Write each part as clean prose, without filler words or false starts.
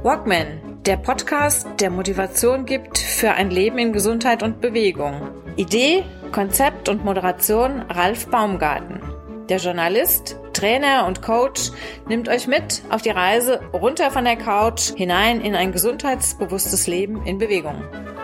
Walkman, der Podcast, der Motivation gibt für ein Leben in Gesundheit und Bewegung. Idee, Konzept und Moderation Ralf Baumgarten. Der Journalist, Trainer und Coach nimmt euch mit auf die Reise runter von der Couch hinein in ein gesundheitsbewusstes Leben in Bewegung.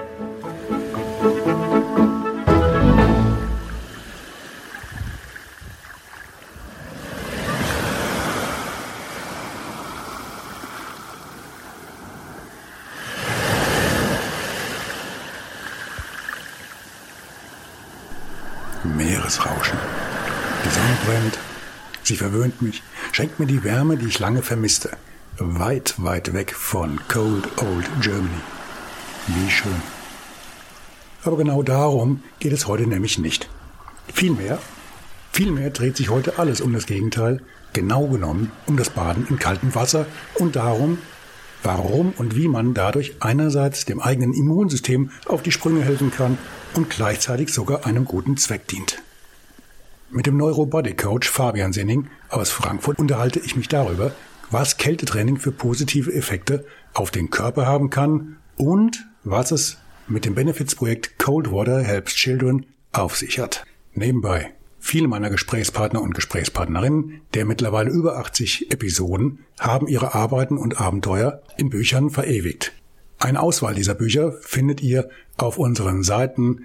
Meeresrauschen. Die Sonne brennt, sie verwöhnt mich, schenkt mir die Wärme, die ich lange vermisste. Weit, weit weg von Cold Old Germany. Wie schön. Aber genau darum geht es heute nämlich nicht. Vielmehr dreht sich heute alles um das Gegenteil, genau genommen um das Baden in kaltem Wasser und darum, warum und wie man dadurch einerseits dem eigenen Immunsystem auf die Sprünge helfen kann und gleichzeitig sogar einem guten Zweck dient. Mit dem Neurobody-Coach Fabian Sinning aus Frankfurt unterhalte ich mich darüber, was Kältetraining für positive Effekte auf den Körper haben kann und was es mit dem Benefits-Projekt Cold Water Helps Children auf sich hat. Nebenbei, viele meiner Gesprächspartner und Gesprächspartnerinnen der mittlerweile über 80 Episoden haben ihre Arbeiten und Abenteuer in Büchern verewigt. Eine Auswahl dieser Bücher findet ihr auf unseren Seiten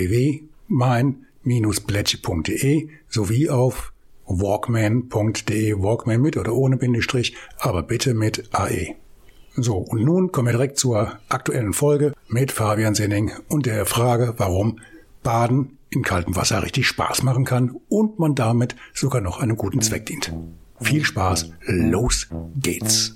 www.mein-blecci.de sowie auf walkman.de, Walkman mit oder ohne Bindestrich, aber bitte mit AE. So, und nun kommen wir direkt zur aktuellen Folge mit Fabian Sinning und der Frage, warum Baden in kaltem Wasser richtig Spaß machen kann und man damit sogar noch einem guten Zweck dient. Viel Spaß, los geht's!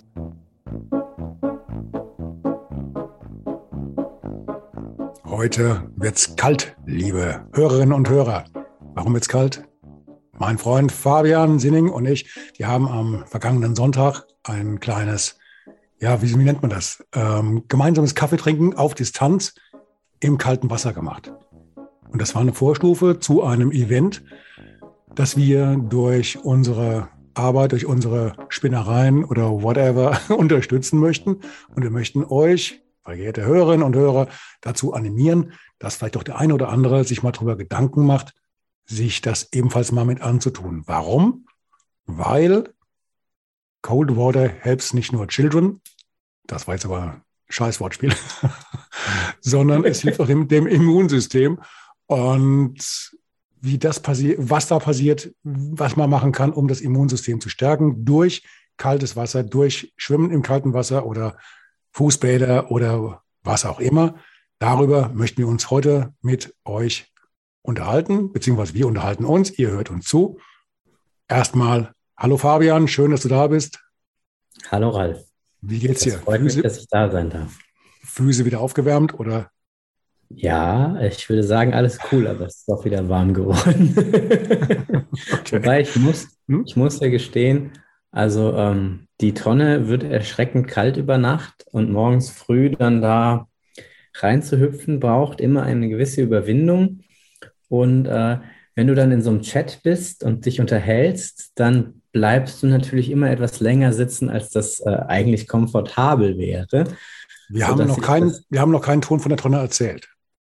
Heute wird's kalt, liebe Hörerinnen und Hörer. Warum wird's kalt? Mein Freund Fabian Sinning und ich, die haben am vergangenen Sonntag ein kleines, wie nennt man das? Gemeinsames Kaffeetrinken auf Distanz im kalten Wasser gemacht. Und das war eine Vorstufe zu einem Event, das wir durch unsere Arbeit, durch unsere Spinnereien oder whatever unterstützen möchten. Und wir möchten euch, verehrte Hörerinnen und Hörer, dazu animieren, dass vielleicht doch der eine oder andere sich mal darüber Gedanken macht, sich das ebenfalls mal mit anzutun. Warum? Weil Cold Water helps nicht nur children, das war jetzt aber ein Scheißwortspiel, sondern es hilft auch dem Immunsystem. Und wie das passiert, was da passiert, was man machen kann, um das Immunsystem zu stärken, durch kaltes Wasser, durch Schwimmen im kalten Wasser oder Fußbäder oder was auch immer. Darüber möchten wir uns heute mit euch unterhalten, beziehungsweise wir unterhalten uns, ihr hört uns zu. Erstmal, hallo Fabian, schön, dass du da bist. Hallo Ralf. Wie geht's dir? Freut mich, dass ich da sein darf. Füße wieder aufgewärmt oder? Ja, ich würde sagen, alles cool, aber es ist auch wieder warm geworden. Okay. Wobei ich muss ja gestehen, also die Tonne wird erschreckend kalt über Nacht und morgens früh dann da reinzuhüpfen braucht immer eine gewisse Überwindung. Und wenn du dann in so einem Chat bist und dich unterhältst, dann bleibst du natürlich immer etwas länger sitzen, als das eigentlich komfortabel wäre. Wir haben noch keinen Ton von der Tonne erzählt.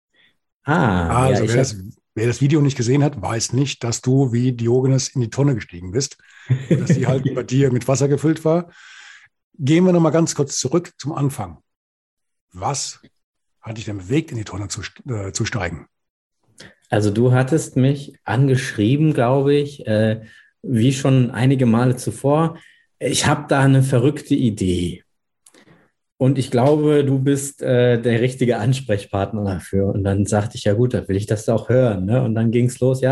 Also wer das Video nicht gesehen hat, weiß nicht, dass du wie Diogenes in die Tonne gestiegen bist und dass die halt bei dir mit Wasser gefüllt war. Gehen wir noch mal ganz kurz zurück zum Anfang. Was hat dich denn bewegt, in die Tonne zu steigen? Also du hattest mich angeschrieben, glaube ich, wie schon einige Male zuvor. Ich habe da eine verrückte Idee. Und ich glaube, du bist der richtige Ansprechpartner dafür. Und dann sagte ich, ja gut, dann will ich das auch hören. Ne? Und dann ging es los,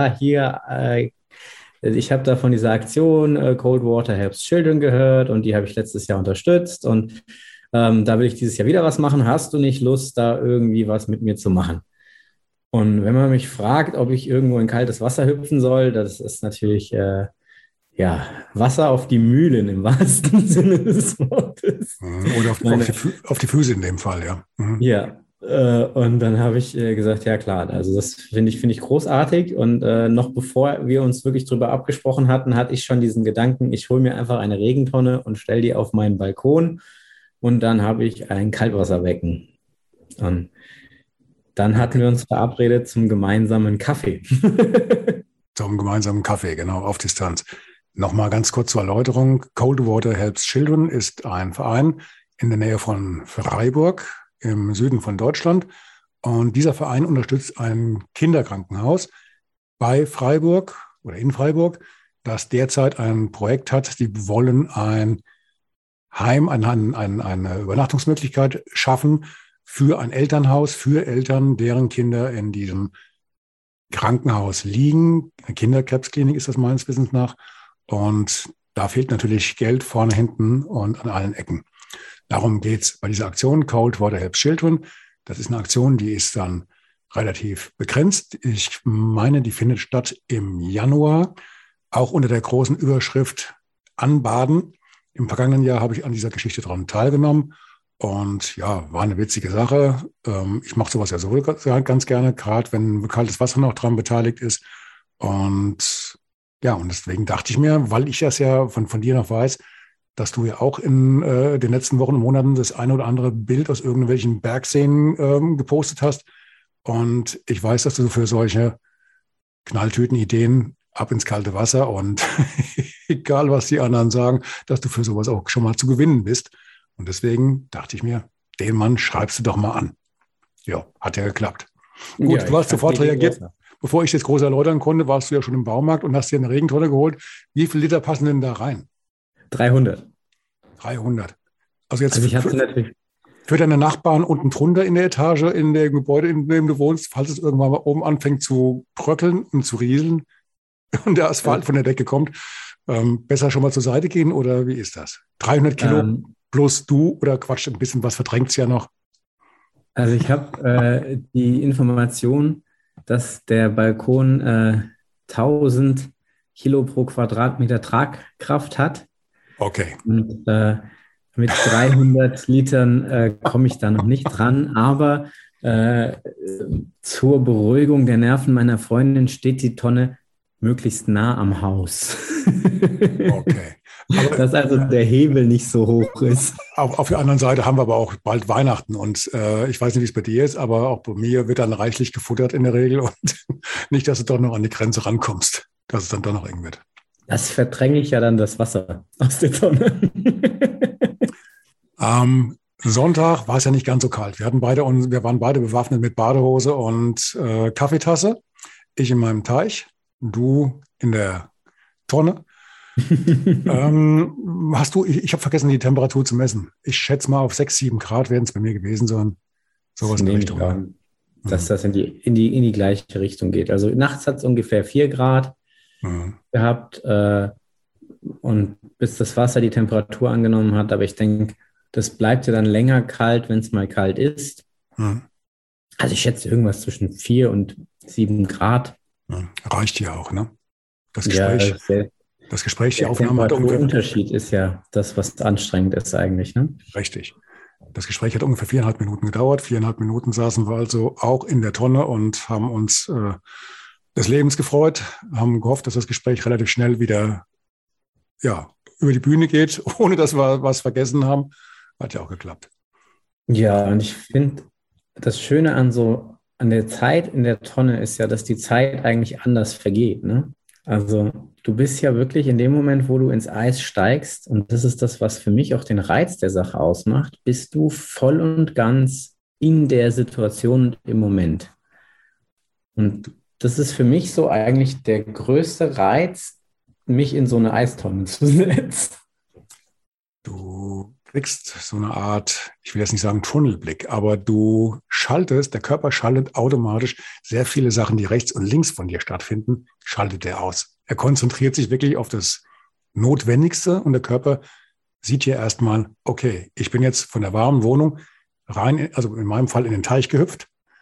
ich habe da von dieser Aktion Cold Water Helps Children gehört und die habe ich letztes Jahr unterstützt. Und da will ich dieses Jahr wieder was machen. Hast du nicht Lust, da irgendwie was mit mir zu machen? Und wenn man mich fragt, ob ich irgendwo in kaltes Wasser hüpfen soll, das ist natürlich Wasser auf die Mühlen im wahrsten Sinne des Wortes. Oder auf die Füße in dem Fall, ja. Mhm. Ja, und dann habe ich gesagt, ja klar, also das finde ich großartig. Und noch bevor wir uns wirklich drüber abgesprochen hatten, hatte ich schon diesen Gedanken, ich hole mir einfach eine Regentonne und stelle die auf meinen Balkon und dann habe ich ein Kaltwasserbecken. Und dann hatten wir uns verabredet zum gemeinsamen Kaffee. Zum gemeinsamen Kaffee, genau, auf Distanz. Nochmal ganz kurz zur Erläuterung. Cold Water Helps Children ist ein Verein in der Nähe von Freiburg im Süden von Deutschland. Und dieser Verein unterstützt ein Kinderkrankenhaus bei Freiburg oder in Freiburg, das derzeit ein Projekt hat. Die wollen ein Heim, eine Übernachtungsmöglichkeit schaffen für ein Elternhaus, für Eltern, deren Kinder in diesem Krankenhaus liegen. Eine Kinderkrebsklinik ist das meines Wissens nach. Und da fehlt natürlich Geld vorne, hinten und an allen Ecken. Darum geht es bei dieser Aktion Cold Water Helps Children. Das ist eine Aktion, die ist dann relativ begrenzt. Ich meine, die findet statt im Januar, auch unter der großen Überschrift Anbaden. Im vergangenen Jahr habe ich an dieser Geschichte daran teilgenommen. Und ja, war eine witzige Sache. Ich mache sowas ja so ganz gerne, gerade wenn kaltes Wasser noch dran beteiligt ist. Und ja, und deswegen dachte ich mir, weil ich das ja von dir noch weiß, dass du ja auch in den letzten Wochen und Monaten das eine oder andere Bild aus irgendwelchen Bergseen gepostet hast. Und ich weiß, dass du für solche Knalltüten-Ideen ab ins kalte Wasser und egal, was die anderen sagen, dass du für sowas auch schon mal zu gewinnen bist. Und deswegen dachte ich mir, den Mann schreibst du doch mal an. Ja, hat ja geklappt. Gut, ja, du hast sofort reagiert. Bevor ich das groß erläutern konnte, warst du ja schon im Baumarkt und hast dir eine Regentonne geholt. Wie viel Liter passen denn da rein? 300. 300. Also jetzt ich hatte natürlich für deine Nachbarn unten drunter in der Etage, in dem Gebäude, in dem du wohnst, falls es irgendwann mal oben anfängt zu bröckeln und zu rieseln und der Asphalt von der Decke kommt, besser schon mal zur Seite gehen oder wie ist das? 300 Kilo plus du oder Quatsch, ein bisschen was verdrängt es ja noch. Also ich habe die Information, dass der Balkon 1000 Kilo pro Quadratmeter Tragkraft hat. Okay. Und mit 300 Litern komme ich da noch nicht dran, aber zur Beruhigung der Nerven meiner Freundin steht die Tonne möglichst nah am Haus. Okay. Aber, dass also der Hebel nicht so hoch ist. Auf der anderen Seite haben wir aber auch bald Weihnachten und ich weiß nicht, wie es bei dir ist, aber auch bei mir wird dann reichlich gefuttert in der Regel und nicht, dass du doch noch an die Grenze rankommst, dass es dann doch noch eng wird. Das verdränge ich ja dann das Wasser aus der Tonne. Sonntag war es ja nicht ganz so kalt. Wir waren beide bewaffnet mit Badehose und Kaffeetasse. Ich in meinem Teich, du in der Tonne. Ich habe vergessen, die Temperatur zu messen. Ich schätze mal auf 6, 7 Grad werden es bei mir gewesen sein. Sowas in der Richtung. Ja, dass das in die gleiche Richtung geht. Also nachts hat es ungefähr 4 Grad gehabt und bis das Wasser die Temperatur angenommen hat. Aber ich denke, das bleibt ja dann länger kalt, wenn es mal kalt ist. Also ich schätze irgendwas zwischen 4 und 7 Grad. Reicht ja auch, ne? Das Gespräch. Ja, das Gespräch, die Aufnahme hat ungefähr... Der Unterschied ist ja das, was anstrengend ist eigentlich, ne? Richtig. Das Gespräch hat ungefähr 4,5 Minuten gedauert. 4,5 Minuten saßen wir also auch in der Tonne und haben uns des Lebens gefreut, haben gehofft, dass das Gespräch relativ schnell wieder über die Bühne geht, ohne dass wir was vergessen haben. Hat ja auch geklappt. Ja, und ich finde, das Schöne an der Zeit in der Tonne ist ja, dass die Zeit eigentlich anders vergeht, ne? Also du bist ja wirklich in dem Moment, wo du ins Eis steigst, und das ist das, was für mich auch den Reiz der Sache ausmacht, bist du voll und ganz in der Situation und im Moment. Und das ist für mich so eigentlich der größte Reiz, mich in so eine Eistonne zu setzen. Du kriegst so eine Art, ich will jetzt nicht sagen Tunnelblick, aber der Körper schaltet automatisch sehr viele Sachen, die rechts und links von dir stattfinden, schaltet er aus. Er konzentriert sich wirklich auf das Notwendigste und der Körper sieht hier erstmal, okay, ich bin jetzt von der warmen Wohnung rein, also in meinem Fall in den Teich gehüpft.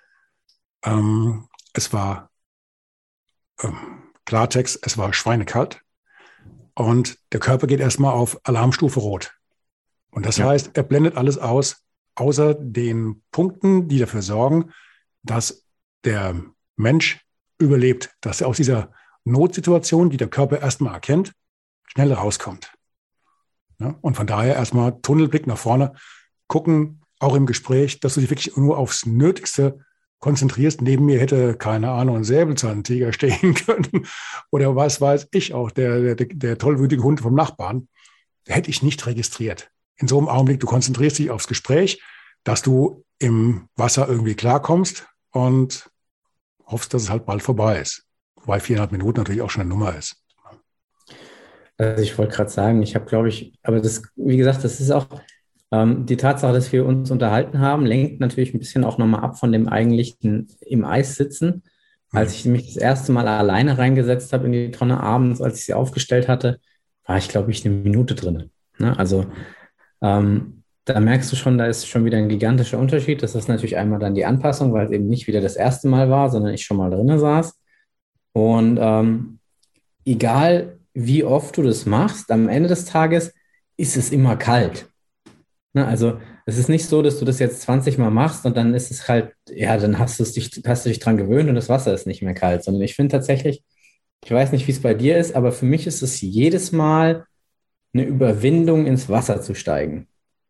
Es war Klartext, es war schweinekalt und der Körper geht erstmal auf Alarmstufe Rot. Und das heißt, er blendet alles aus, außer den Punkten, die dafür sorgen, dass der Mensch überlebt, dass er aus dieser Notsituation, die der Körper erstmal erkennt, schnell rauskommt. Ja, und von daher erstmal Tunnelblick nach vorne. gucken, auch im Gespräch, dass du dich wirklich nur aufs Nötigste konzentrierst. Neben mir hätte, keine Ahnung, ein Säbelzahntiger stehen können oder was weiß ich auch, der tollwütige Hund vom Nachbarn. Hätte ich nicht registriert. In so einem Augenblick, du konzentrierst dich aufs Gespräch, dass du im Wasser irgendwie klarkommst und hoffst, dass es halt bald vorbei ist. Wobei 4,5 Minuten natürlich auch schon eine Nummer ist. Also ich wollte gerade sagen, ich habe, glaube ich, aber das, wie gesagt, das ist auch die Tatsache, dass wir uns unterhalten haben, lenkt natürlich ein bisschen auch nochmal ab von dem eigentlichen im Eis sitzen. Als ich mich das erste Mal alleine reingesetzt habe in die Tonne abends, als ich sie aufgestellt hatte, war ich, glaube ich, 1 Minute drin. Ne? Also da merkst du schon, da ist schon wieder ein gigantischer Unterschied. Das ist natürlich einmal dann die Anpassung, weil es eben nicht wieder das erste Mal war, sondern ich schon mal drin saß. Und egal wie oft du das machst, am Ende des Tages ist es immer kalt. Ne? Also es ist nicht so, dass du das jetzt 20 Mal machst und dann ist es halt, ja, dann hast du dich dran gewöhnt und das Wasser ist nicht mehr kalt. Sondern ich finde tatsächlich, ich weiß nicht, wie es bei dir ist, aber für mich ist es jedes Mal eine Überwindung, ins Wasser zu steigen.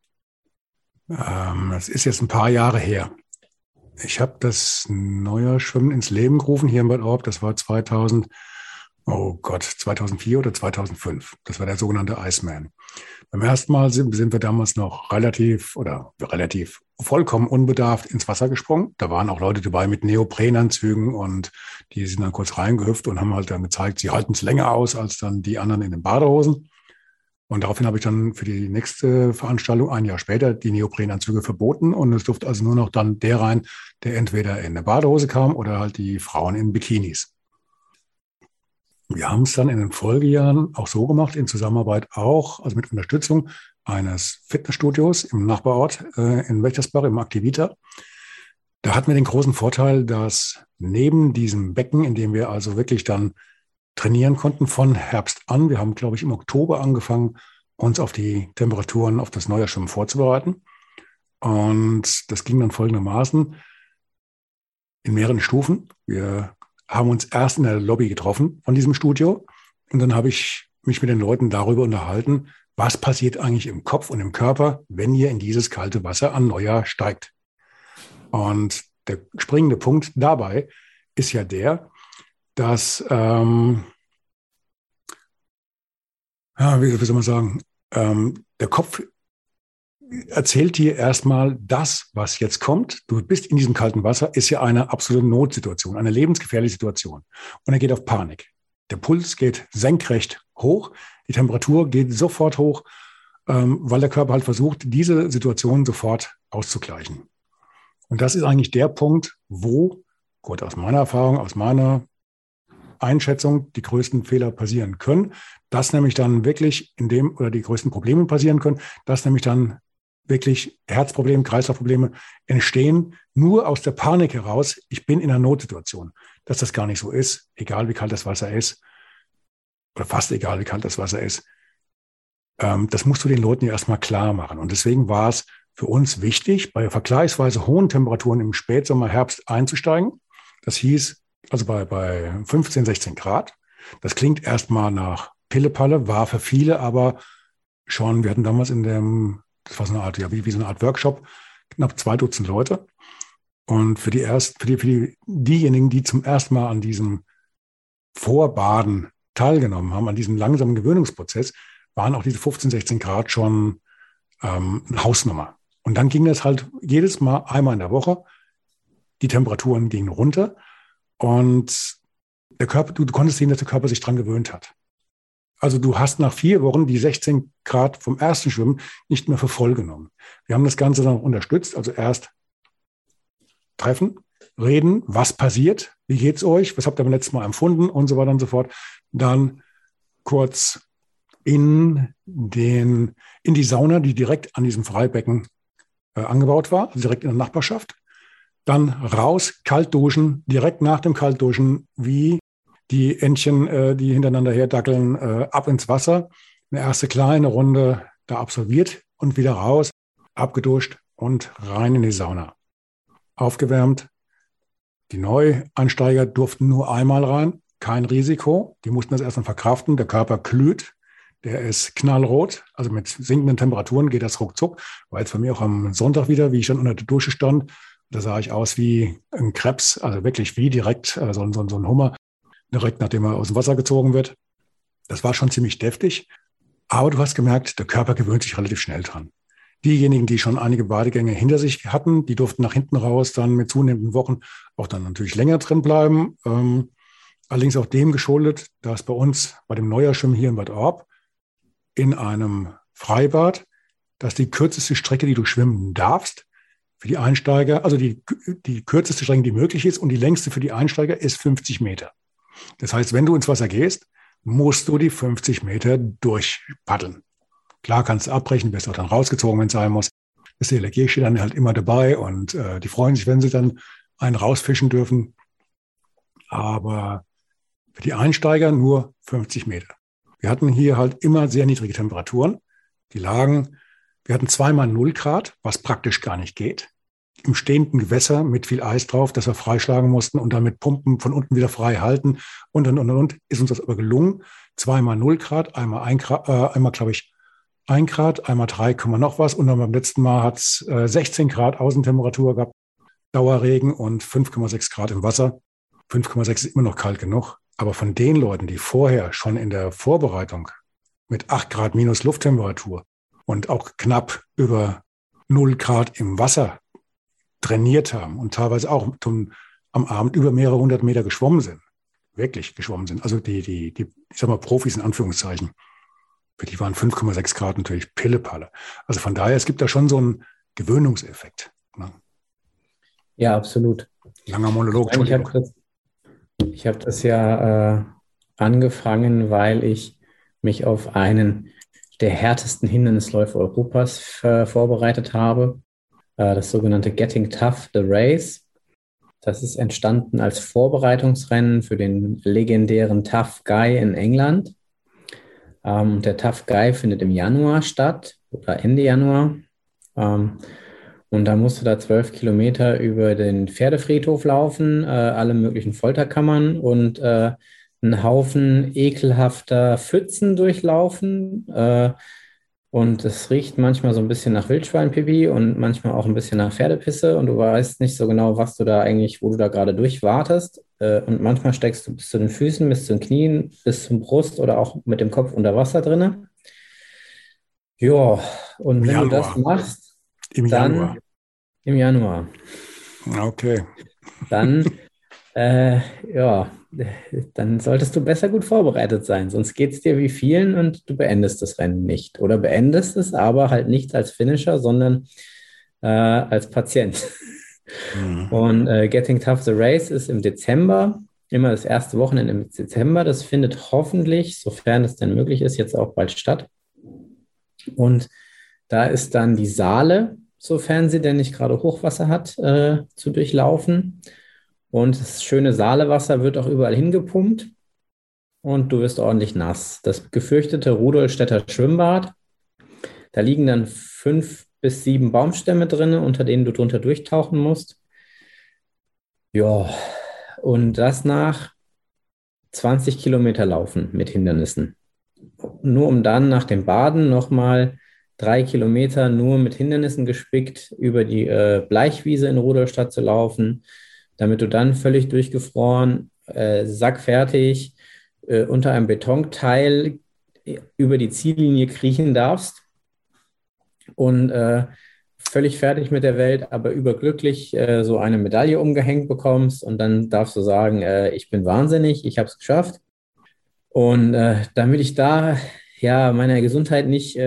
Das ist jetzt ein paar Jahre her. Ich habe das Neujahrschwimmen ins Leben gerufen hier in Bad Orb. Das war 2004 oder 2005. Das war der sogenannte Iceman. Beim ersten Mal sind wir damals noch relativ vollkommen unbedarft ins Wasser gesprungen. Da waren auch Leute dabei mit Neoprenanzügen und die sind dann kurz reingehüpft und haben halt dann gezeigt, sie halten es länger aus als dann die anderen in den Badehosen. Und daraufhin habe ich dann für die nächste Veranstaltung, ein Jahr später, die Neoprenanzüge verboten. Und es durfte also nur noch dann der rein, der entweder in eine Badehose kam oder halt die Frauen in Bikinis. Wir haben es dann in den Folgejahren auch so gemacht, in Zusammenarbeit auch, also mit Unterstützung eines Fitnessstudios im Nachbarort in Wächtersbach im Aktivita. Da hatten wir den großen Vorteil, dass neben diesem Becken, in dem wir also wirklich dann trainieren konnten von Herbst an. Wir haben, glaube ich, im Oktober angefangen, uns auf die Temperaturen, auf das Neujahrschwimmen vorzubereiten. Und das ging dann folgendermaßen in mehreren Stufen. Wir haben uns erst in der Lobby getroffen von diesem Studio. Und dann habe ich mich mit den Leuten darüber unterhalten, was passiert eigentlich im Kopf und im Körper, wenn ihr in dieses kalte Wasser an Neujahr steigt. Und der springende Punkt dabei ist ja der, dass, wie soll man sagen, der Kopf erzählt dir erstmal, das, was jetzt kommt. Du bist in diesem kalten Wasser, ist ja eine absolute Notsituation, eine lebensgefährliche Situation. Und er geht auf Panik. Der Puls geht senkrecht hoch, die Temperatur geht sofort hoch, weil der Körper halt versucht, diese Situation sofort auszugleichen. Und das ist eigentlich der Punkt, wo, gut, aus meiner Erfahrung, aus meiner Einschätzung die größten Fehler passieren können, dass nämlich dann wirklich oder die größten Probleme passieren können, dass nämlich dann wirklich Herzprobleme, Kreislaufprobleme entstehen, nur aus der Panik heraus, ich bin in einer Notsituation. Dass das gar nicht so ist, egal wie kalt das Wasser ist, oder fast egal wie kalt das Wasser ist, das musst du den Leuten ja erstmal klar machen. Und deswegen war es für uns wichtig, bei vergleichsweise hohen Temperaturen im Spätsommer, Herbst einzusteigen. Das hieß, also bei 15, 16 Grad. Das klingt erstmal nach Pillepalle, war für viele aber schon, wir hatten damals das war so eine Art, ja, wie so eine Art Workshop, knapp 2 Dutzend Leute. Und für diejenigen, die zum ersten Mal an diesem Vorbaden teilgenommen haben, an diesem langsamen Gewöhnungsprozess, waren auch diese 15, 16 Grad schon eine Hausnummer. Und dann ging das halt jedes Mal einmal in der Woche. Die Temperaturen gingen runter. Und der Körper, du konntest sehen, dass der Körper sich dran gewöhnt hat. Also du hast nach 4 Wochen die 16 Grad vom ersten Schwimmen nicht mehr für voll genommen. Wir haben das Ganze dann unterstützt. Also erst treffen, reden, was passiert, wie geht's euch, was habt ihr beim letzten Mal empfunden und so weiter und so fort. Dann kurz in die Sauna, die direkt an diesem Freibecken angebaut war, also direkt in der Nachbarschaft. Dann raus, kalt duschen, direkt nach dem Kaltduschen, wie die Entchen, die hintereinander herdackeln, ab ins Wasser. Eine erste kleine Runde da absolviert und wieder raus, abgeduscht und rein in die Sauna. Aufgewärmt. Die Neueinsteiger durften nur einmal rein, kein Risiko. Die mussten das erstmal verkraften. Der Körper glüht. der ist knallrot. Also mit sinkenden Temperaturen geht das ruckzuck. War jetzt bei mir auch am Sonntag wieder, wie ich dann unter der Dusche stand. Da sah ich aus wie ein Krebs, also wirklich wie direkt so ein Hummer, direkt nachdem er aus dem Wasser gezogen wird. Das war schon ziemlich deftig. Aber du hast gemerkt, der Körper gewöhnt sich relativ schnell dran. Diejenigen, die schon einige Badegänge hinter sich hatten, die durften nach hinten raus dann mit zunehmenden Wochen auch dann natürlich länger drin bleiben. Allerdings auch dem geschuldet, dass bei uns bei dem Neujahrschwimmen hier in Bad Orb in einem Freibad, dass die kürzeste Strecke, die du schwimmen darfst, für die Einsteiger, also die kürzeste Strecke, die möglich ist und die längste für die Einsteiger ist 50 Meter. Das heißt, wenn du ins Wasser gehst, musst du die 50 Meter durchpaddeln. Klar kannst du abbrechen, wirst auch dann rausgezogen, wenn es sein muss. Das DLRG steht dann halt immer dabei und die freuen sich, wenn sie dann einen rausfischen dürfen. Aber für die Einsteiger nur 50 Meter. Wir hatten hier halt immer sehr niedrige Temperaturen. Wir hatten zweimal 0 Grad, was praktisch gar nicht geht. Im stehenden Gewässer mit viel Eis drauf, das wir freischlagen mussten und dann mit Pumpen von unten wieder frei halten. Und. Ist uns das aber gelungen. Zweimal 0 Grad, einmal glaube ich, 1 Grad, einmal 3, noch was. Und dann beim letzten Mal hat es 16 Grad Außentemperatur gehabt, Dauerregen und 5,6 Grad im Wasser. 5,6 ist immer noch kalt genug. Aber von den Leuten, die vorher schon in der Vorbereitung mit 8 Grad minus Lufttemperatur und auch knapp über 0 Grad im Wasser trainiert haben und teilweise auch am Abend über mehrere hundert Meter geschwommen sind, wirklich geschwommen sind, also die ich sag mal Profis in Anführungszeichen, für die waren 5,6 Grad natürlich Pillepalle. Also von daher, es gibt da schon so einen Gewöhnungseffekt. Ne? Ja, absolut. Langer Monolog, Entschuldigung. Ich habe das ja angefangen, weil ich mich auf einen der härtesten Hindernisläufe Europas vorbereitet habe. Das sogenannte Getting Tough, the Race. Das ist entstanden als Vorbereitungsrennen für den legendären Tough Guy in England. Der Tough Guy findet im Januar statt oder Ende Januar. Und da musst du da 12 Kilometer über den Pferdefriedhof laufen, alle möglichen Folterkammern und einen Haufen ekelhafter Pfützen durchlaufen. Und es riecht manchmal so ein bisschen nach Wildschweinpipi und manchmal auch ein bisschen nach Pferdepisse. Und du weißt nicht so genau, wo du da gerade durchwartest. Und manchmal steckst du bis zu den Füßen, bis zu den Knien, bis zum Brust oder auch mit dem Kopf unter Wasser drinne. Ja, und wenn du das machst, Im Januar. Im Januar. Okay. Dann, dann solltest du besser gut vorbereitet sein. Sonst geht es dir wie vielen und du beendest das Rennen nicht. Oder beendest es, aber halt nicht als Finisher, sondern als Patient. Mhm. Und Getting Tough the Race ist im Dezember, immer das erste Wochenende im Dezember. Das findet hoffentlich, sofern es denn möglich ist, jetzt auch bald statt. Und da ist dann die Saale, sofern sie denn nicht gerade Hochwasser hat, zu durchlaufen. Und das schöne Saalewasser wird auch überall hingepumpt und du wirst ordentlich nass. Das gefürchtete Rudolstädter Schwimmbad, da liegen dann 5 bis 7 Baumstämme drin, unter denen du drunter durchtauchen musst. Ja, und das nach 20 Kilometer Laufen mit Hindernissen. Nur um dann nach dem Baden nochmal 3 Kilometer nur mit Hindernissen gespickt über die Bleichwiese in Rudolstadt zu laufen, damit du dann völlig durchgefroren, sackfertig, unter einem Betonteil über die Ziellinie kriechen darfst und völlig fertig mit der Welt, aber überglücklich so eine Medaille umgehängt bekommst und dann darfst du sagen, ich bin wahnsinnig, ich habe es geschafft. Und damit ich da ja meiner Gesundheit nicht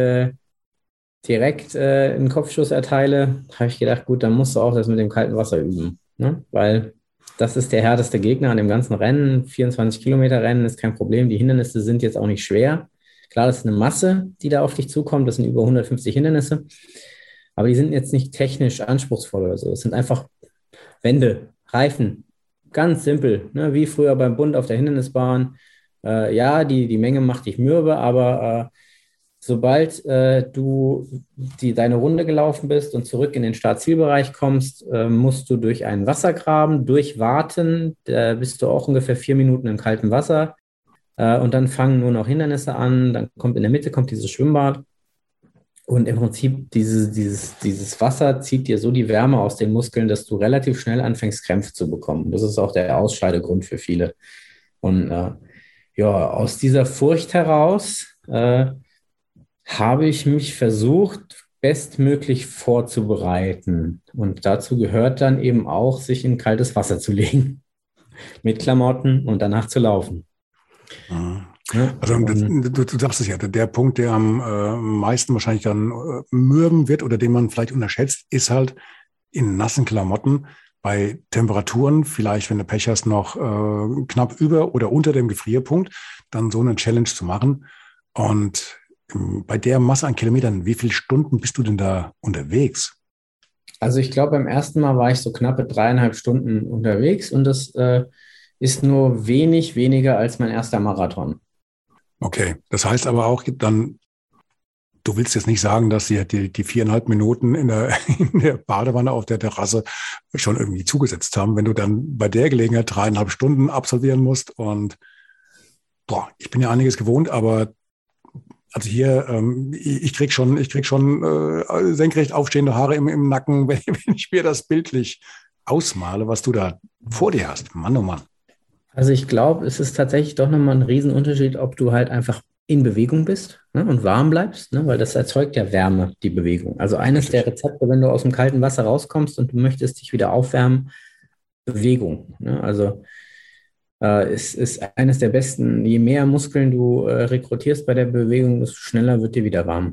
direkt einen Kopfschuss erteile, habe ich gedacht, gut, dann musst du auch das mit dem kalten Wasser üben. Ne? Weil das ist der härteste Gegner an dem ganzen Rennen. 24 Kilometer Rennen ist kein Problem. Die Hindernisse sind jetzt auch nicht schwer. Klar, das ist eine Masse, die da auf dich zukommt. Das sind über 150 Hindernisse. Aber die sind jetzt nicht technisch anspruchsvoll oder so. Es sind einfach Wände, Reifen. Ganz simpel. Ne? Wie früher beim Bund auf der Hindernisbahn. Ja, die Menge macht dich mürbe, aber sobald du deine Runde gelaufen bist und zurück in den Start-Zielbereich kommst, musst du durch einen Wassergraben durchwarten. Da bist du auch ungefähr 4 Minuten im kalten Wasser. Und dann fangen nur noch Hindernisse an. Dann kommt in der Mitte kommt dieses Schwimmbad. Und im Prinzip dieses Wasser zieht dir so die Wärme aus den Muskeln, dass du relativ schnell anfängst, Krämpfe zu bekommen. Das ist auch der Ausscheidegrund für viele. Und ja, aus dieser Furcht heraus habe ich mich versucht, bestmöglich vorzubereiten. Und dazu gehört dann eben auch, sich in kaltes Wasser zu legen, mit Klamotten und danach zu laufen. Mhm. Also du sagst es ja, der Punkt, der am meisten wahrscheinlich dann mürben wird oder den man vielleicht unterschätzt, ist halt in nassen Klamotten bei Temperaturen, vielleicht wenn du Pech hast, noch knapp über oder unter dem Gefrierpunkt, dann so eine Challenge zu machen. Und bei der Masse an Kilometern, wie viele Stunden bist du denn da unterwegs? Also ich glaube, beim ersten Mal war ich so knappe 3,5 Stunden unterwegs und das ist nur wenig weniger als mein erster Marathon. Okay, das heißt aber auch dann, du willst jetzt nicht sagen, dass sie die 4,5 Minuten in der Badewanne auf der Terrasse schon irgendwie zugesetzt haben, wenn du dann bei der Gelegenheit 3,5 Stunden absolvieren musst. Und ich bin ja einiges gewohnt, aber also hier, ich krieg schon senkrecht aufstehende Haare im Nacken, wenn ich mir das bildlich ausmale, was du da vor dir hast. Mann, oh Mann. Also ich glaube, es ist tatsächlich doch nochmal ein Riesenunterschied, ob du halt einfach in Bewegung bist, ne, und warm bleibst, ne, weil das erzeugt ja Wärme, die Bewegung. Also eines der Rezepte, wenn du aus dem kalten Wasser rauskommst und du möchtest dich wieder aufwärmen, Bewegung. Ne? Also es ist eines der besten, je mehr Muskeln du rekrutierst bei der Bewegung, desto schneller wird dir wieder warm.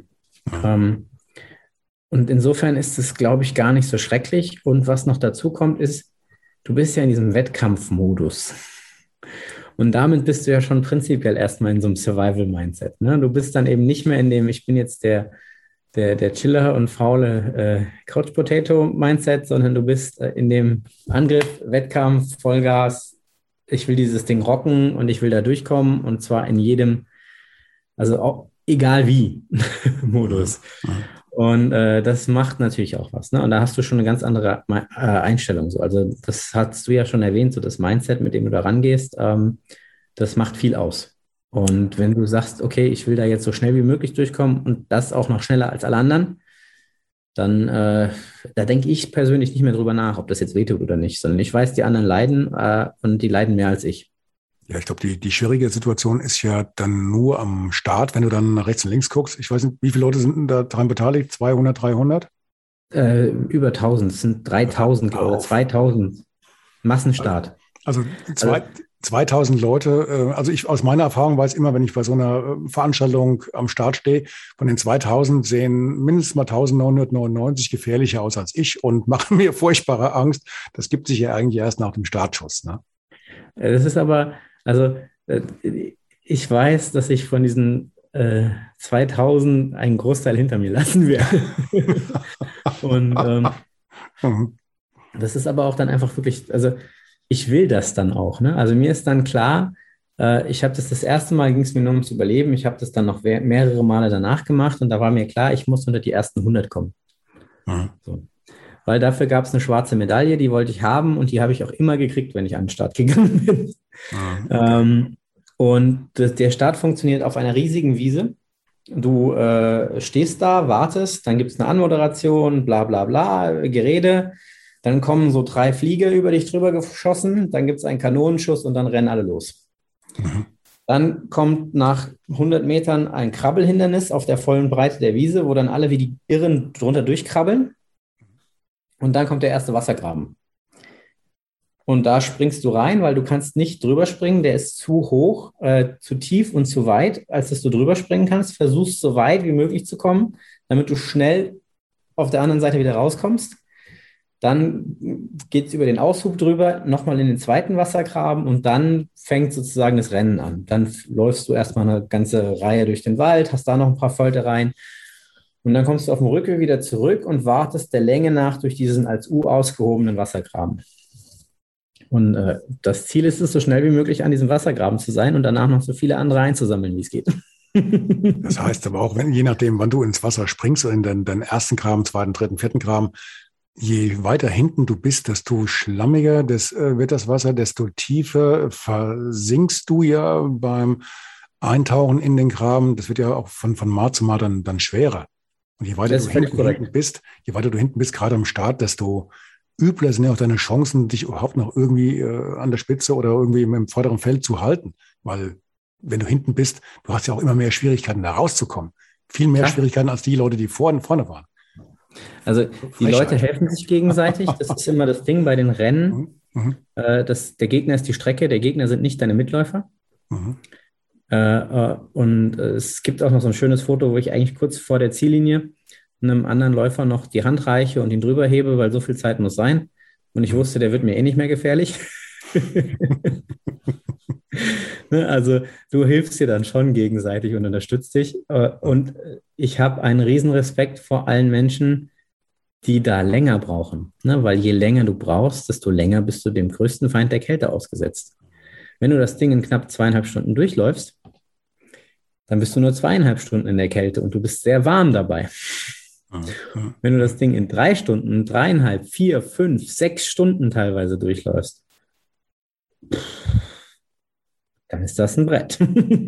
Und insofern ist es, glaube ich, gar nicht so schrecklich. Und was noch dazu kommt, ist, du bist ja in diesem Wettkampfmodus. Und damit bist du ja schon prinzipiell erstmal in so einem Survival-Mindset. Ne? Du bist dann eben nicht mehr in dem, ich bin jetzt der Chiller und faule Couch-Potato-Mindset, sondern du bist in dem Angriff, Wettkampf, Vollgas, ich will dieses Ding rocken und ich will da durchkommen und zwar in jedem, also auch egal wie, Modus. Und das macht natürlich auch was. Ne? Und da hast du schon eine ganz andere Einstellung. So. Also das hast du ja schon erwähnt, so das Mindset, mit dem du da rangehst, das macht viel aus. Und wenn du sagst, okay, ich will da jetzt so schnell wie möglich durchkommen und das auch noch schneller als alle anderen, dann da denke ich persönlich nicht mehr drüber nach, ob das jetzt wehtut oder nicht, sondern ich weiß, die anderen leiden und die leiden mehr als ich. Ja, ich glaube, die schwierige Situation ist ja dann nur am Start, wenn du dann nach rechts und links guckst. Ich weiß nicht, wie viele Leute sind denn da daran beteiligt? 200, 300? Über 1000, es sind 3000 oder 2000 Massenstart. Also 2000 Leute. Also ich aus meiner Erfahrung weiß immer, wenn ich bei so einer Veranstaltung am Start stehe, von den 2000 sehen mindestens mal 1999 gefährlicher aus als ich und machen mir furchtbare Angst. Das gibt sich ja eigentlich erst nach dem Startschuss, ne? Das ist aber, also ich weiß, dass ich von diesen 2000 einen Großteil hinter mir lassen werde. Und das ist aber auch dann einfach wirklich, also ich will das dann auch. Ne? Also mir ist dann klar, ich habe das erste Mal, ging es mir nur ums Überleben, ich habe das dann noch mehrere Male danach gemacht und da war mir klar, ich muss unter die ersten 100 kommen. So. Weil dafür gab es eine schwarze Medaille, die wollte ich haben und die habe ich auch immer gekriegt, wenn ich an den Start gegangen bin. Okay. Und der Start funktioniert auf einer riesigen Wiese. Du stehst da, wartest, dann gibt es eine Anmoderation, bla bla bla, Gerede. Dann kommen so 3 Flieger über dich drüber geschossen, dann gibt es einen Kanonenschuss und dann rennen alle los. Dann kommt nach 100 Metern ein Krabbelhindernis auf der vollen Breite der Wiese, wo dann alle wie die Irren drunter durchkrabbeln. Und dann kommt der erste Wassergraben. Und da springst du rein, weil du kannst nicht drüber springen. Der ist zu hoch, zu tief und zu weit, als dass du drüber springen kannst. Versuchst so weit wie möglich zu kommen, damit du schnell auf der anderen Seite wieder rauskommst. Dann geht es über den Aushub drüber, nochmal in den zweiten Wassergraben und dann fängt sozusagen das Rennen an. Dann läufst du erstmal eine ganze Reihe durch den Wald, hast da noch ein paar Fölte rein. Und dann kommst du auf dem Rückweg wieder zurück und wartest der Länge nach durch diesen als U ausgehobenen Wassergraben. Und das Ziel ist es, so schnell wie möglich an diesem Wassergraben zu sein und danach noch so viele andere einzusammeln, wie es geht. Das heißt aber auch, je nachdem, wann du ins Wasser springst, oder in deinen ersten Graben, zweiten, dritten, vierten Graben, je weiter hinten du bist, desto schlammiger wird das Wasser, desto tiefer versinkst du ja beim Eintauchen in den Graben. Das wird ja auch von Mal zu Mal dann schwerer. Und je weiter du hinten bist, gerade am Start, desto übler sind ja auch deine Chancen, dich überhaupt noch irgendwie an der Spitze oder irgendwie im vorderen Feld zu halten. Weil wenn du hinten bist, du hast ja auch immer mehr Schwierigkeiten, da rauszukommen. Viel mehr Schwierigkeiten als die Leute, die vorne waren. Also die Leute helfen sich gegenseitig. Das ist immer das Ding bei den Rennen. Der Gegner ist die Strecke, der Gegner sind nicht deine Mitläufer. Und es gibt auch noch so ein schönes Foto, wo ich eigentlich kurz vor der Ziellinie einem anderen Läufer noch die Hand reiche und ihn drüber hebe, weil so viel Zeit muss sein. Und ich wusste, der wird mir eh nicht mehr gefährlich. Also du hilfst dir dann schon gegenseitig und unterstützt dich. Und ich habe einen riesen Respekt vor allen Menschen, die da länger brauchen. Weil je länger du brauchst, desto länger bist du dem größten Feind der Kälte ausgesetzt. Wenn du das Ding in knapp 2,5 Stunden durchläufst, dann bist du nur 2,5 Stunden in der Kälte und du bist sehr warm dabei. Wenn du das Ding in 3 Stunden, 3,5, 4, 5, 6 Stunden teilweise durchläufst, dann ist das ein Brett.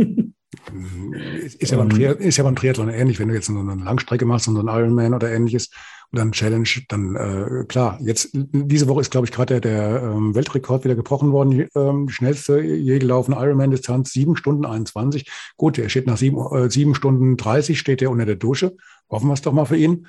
Ist ja beim Triathlon ähnlich, wenn du jetzt eine Langstrecke machst und so einen Ironman oder ähnliches oder einen Challenge, dann klar, jetzt diese Woche ist, glaube ich, gerade der Weltrekord wieder gebrochen worden, die schnellste je gelaufene Ironman-Distanz, 7 Stunden 21. Gut, der steht nach 7 Stunden 30, steht der unter der Dusche. Hoffen wir es doch mal für ihn.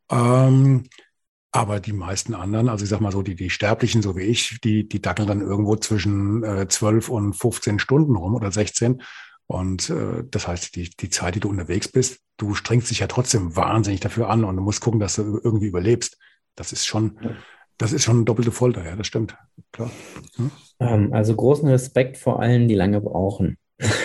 Aber die meisten anderen, also ich sag mal so, die Sterblichen, so wie ich, die dackeln dann irgendwo zwischen 12 und 15 Stunden rum oder 16. Und das heißt, die Zeit, die du unterwegs bist, du strengst dich ja trotzdem wahnsinnig dafür an und du musst gucken, dass du irgendwie überlebst. Das ist schon doppelte Folter, ja, das stimmt. Klar. Also großen Respekt vor allen, die lange brauchen.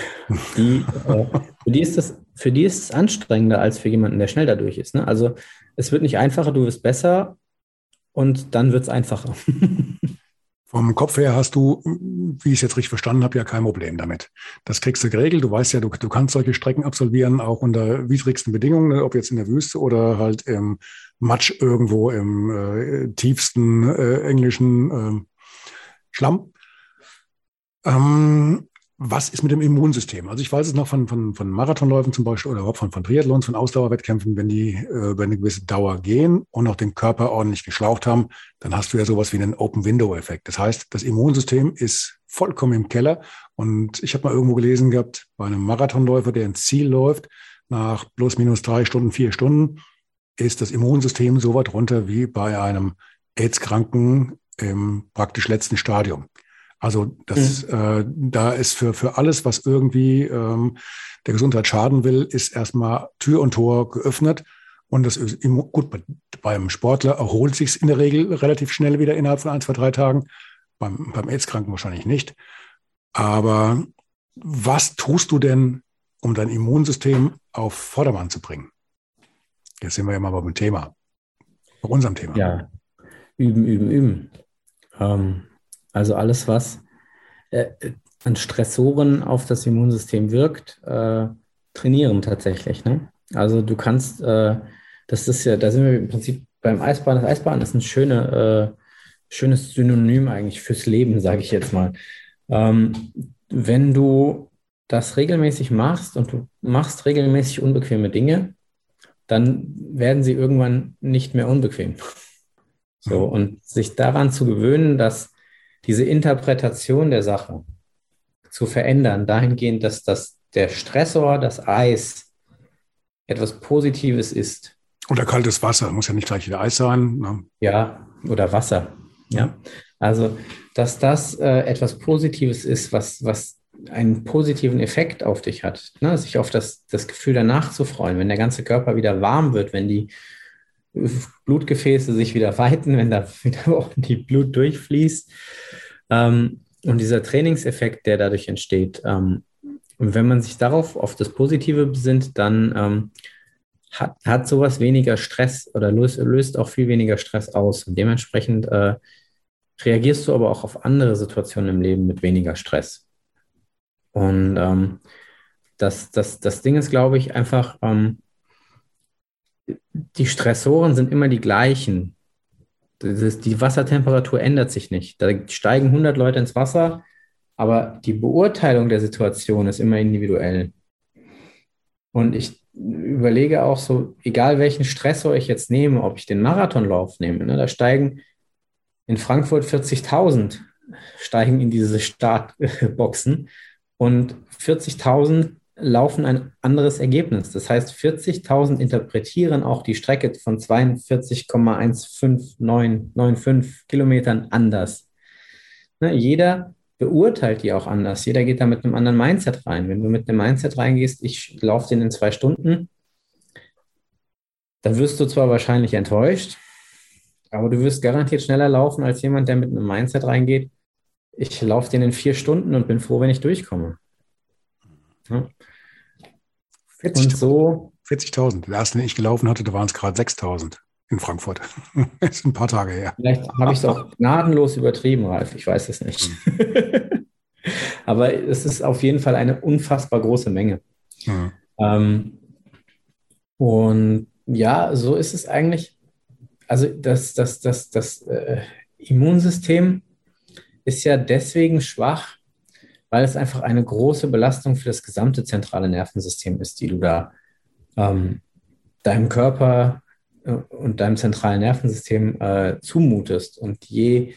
Für die ist es anstrengender als für jemanden, der schnell dadurch ist. Ne? Also es wird nicht einfacher, du wirst besser und dann wird es einfacher. Vom Kopf her hast du, wie ich es jetzt richtig verstanden habe, ja kein Problem damit. Das kriegst du geregelt. Du weißt ja, du kannst solche Strecken absolvieren, auch unter widrigsten Bedingungen, ne? Ob jetzt in der Wüste oder halt im Matsch irgendwo im tiefsten englischen Schlamm. Was ist mit dem Immunsystem? Also ich weiß es noch von Marathonläufen zum Beispiel oder überhaupt von Triathlons, von Ausdauerwettkämpfen, wenn die über eine gewisse Dauer gehen und auch den Körper ordentlich geschlaucht haben, dann hast du ja sowas wie einen Open-Window-Effekt. Das heißt, das Immunsystem ist vollkommen im Keller. Und ich habe mal irgendwo gelesen gehabt, bei einem Marathonläufer, der ins Ziel läuft, nach plus minus 3 Stunden, 4 Stunden, ist das Immunsystem so weit runter wie bei einem AIDS-Kranken im praktisch letzten Stadium. Also da ist für alles, was irgendwie der Gesundheit schaden will, ist erstmal Tür und Tor geöffnet. Und das ist gut, beim Sportler erholt sich es in der Regel relativ schnell wieder innerhalb von 1, 2, 3 Tagen. Beim AIDS-Kranken wahrscheinlich nicht. Aber was tust du denn, um dein Immunsystem auf Vordermann zu bringen? Jetzt sind wir ja mal beim Thema, bei unserem Thema. Ja, üben. Also alles, was an Stressoren auf das Immunsystem wirkt, trainieren tatsächlich. Ne? Also du kannst, das ist ja, da sind wir im Prinzip beim Eisbahn. Das Eisbahn ist ein schönes Synonym eigentlich fürs Leben, sage ich jetzt mal. Wenn du das regelmäßig machst und du machst regelmäßig unbequeme Dinge, dann werden sie irgendwann nicht mehr unbequem. So, und sich daran zu gewöhnen, dass diese Interpretation der Sache zu verändern, dahingehend, dass der Stressor, das Eis, etwas Positives ist. Oder kaltes Wasser, muss ja nicht gleich wieder Eis sein. Ne? Ja, oder Wasser. Ja, also, dass das etwas Positives ist, was einen positiven Effekt auf dich hat, ne? Sich auf das Gefühl danach zu freuen, wenn der ganze Körper wieder warm wird, wenn die Blutgefäße sich wieder weiten, wenn da wieder ordentlich Blut durchfließt. Und dieser Trainingseffekt, der dadurch entsteht, und wenn man sich darauf auf das Positive besinnt, dann hat sowas weniger Stress oder löst auch viel weniger Stress aus. Und dementsprechend reagierst du aber auch auf andere Situationen im Leben mit weniger Stress. Und das Ding ist, glaube ich, einfach, die Stressoren sind immer die gleichen. Die Wassertemperatur ändert sich nicht. Da steigen 100 Leute ins Wasser, aber die Beurteilung der Situation ist immer individuell. Und ich überlege auch so, egal welchen Stressor ich jetzt nehme, ob ich den Marathonlauf nehme, ne, da steigen in Frankfurt 40.000 steigen in diese Startboxen und 40.000 laufen ein anderes Ergebnis. Das heißt, 40.000 interpretieren auch die Strecke von 42,15995 Kilometern anders. Ne, jeder beurteilt die auch anders. Jeder geht da mit einem anderen Mindset rein. Wenn du mit einem Mindset reingehst, ich laufe den in 2 Stunden, dann wirst du zwar wahrscheinlich enttäuscht, aber du wirst garantiert schneller laufen als jemand, der mit einem Mindset reingeht. Ich laufe den in 4 Stunden und bin froh, wenn ich durchkomme. Ja. 40, und so 40.000. Der erste, den ich gelaufen hatte, da waren es gerade 6.000 in Frankfurt. Das ist ein paar Tage her. Vielleicht habe ich es auch gnadenlos übertrieben, Ralf. Ich weiß es nicht. Aber es ist auf jeden Fall eine unfassbar große Menge. Und ja, so ist es eigentlich. Also das Immunsystem ist ja deswegen schwach, weil es einfach eine große Belastung für das gesamte zentrale Nervensystem ist, die du da deinem Körper und deinem zentralen Nervensystem zumutest. Und je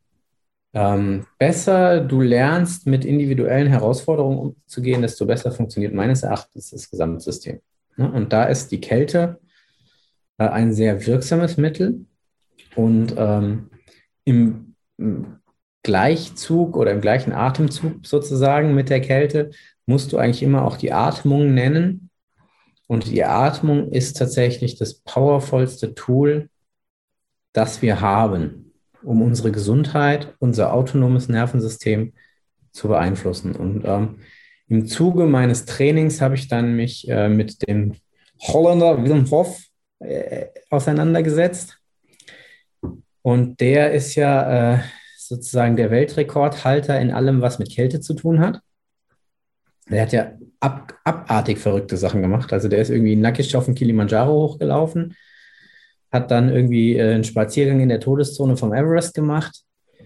besser du lernst, mit individuellen Herausforderungen umzugehen, desto besser funktioniert meines Erachtens das Gesamtsystem. Ja, und da ist die Kälte ein sehr wirksames Mittel. Und im Gleichzug oder im gleichen Atemzug sozusagen mit der Kälte musst du eigentlich immer auch die Atmung nennen. Und die Atmung ist tatsächlich das powervollste Tool, das wir haben, um unsere Gesundheit, unser autonomes Nervensystem zu beeinflussen. Und im Zuge meines Trainings habe ich dann mich mit dem Holländer Wim Hof auseinandergesetzt. Und der ist ja sozusagen der Weltrekordhalter in allem, was mit Kälte zu tun hat. Der hat ja abartig verrückte Sachen gemacht. Also der ist irgendwie nackig auf den Kilimanjaro hochgelaufen, hat dann irgendwie einen Spaziergang in der Todeszone vom Everest gemacht.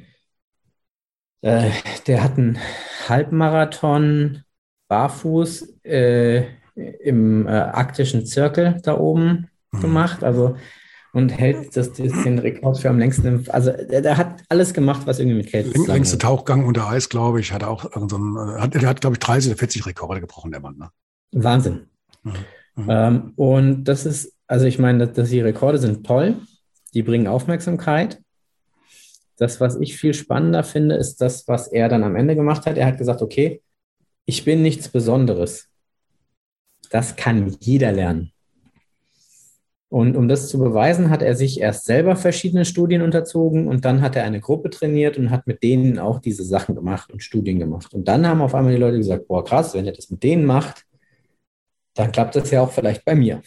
Der hat einen Halbmarathon barfuß im arktischen Zirkel da oben gemacht. Also und hält den Rekord für am längsten. Also der hat alles gemacht, was irgendwie mit Kälte zu tun hat. Längste Tauchgang unter Eis, glaube ich, hat auch der hat, glaube ich, 30 oder 40 Rekorde gebrochen, der Mann. Ne? Wahnsinn. Und das ist, also ich meine, dass die Rekorde sind toll, die bringen Aufmerksamkeit. Das, was ich viel spannender finde, ist das, was er dann am Ende gemacht hat. Er hat gesagt, okay, ich bin nichts Besonderes. Das kann jeder lernen. Und um das zu beweisen, hat er sich erst selber verschiedene Studien unterzogen und dann hat er eine Gruppe trainiert und hat mit denen auch diese Sachen gemacht und Studien gemacht. Und dann haben auf einmal die Leute gesagt, boah krass, wenn er das mit denen macht, dann klappt das ja auch vielleicht bei mir.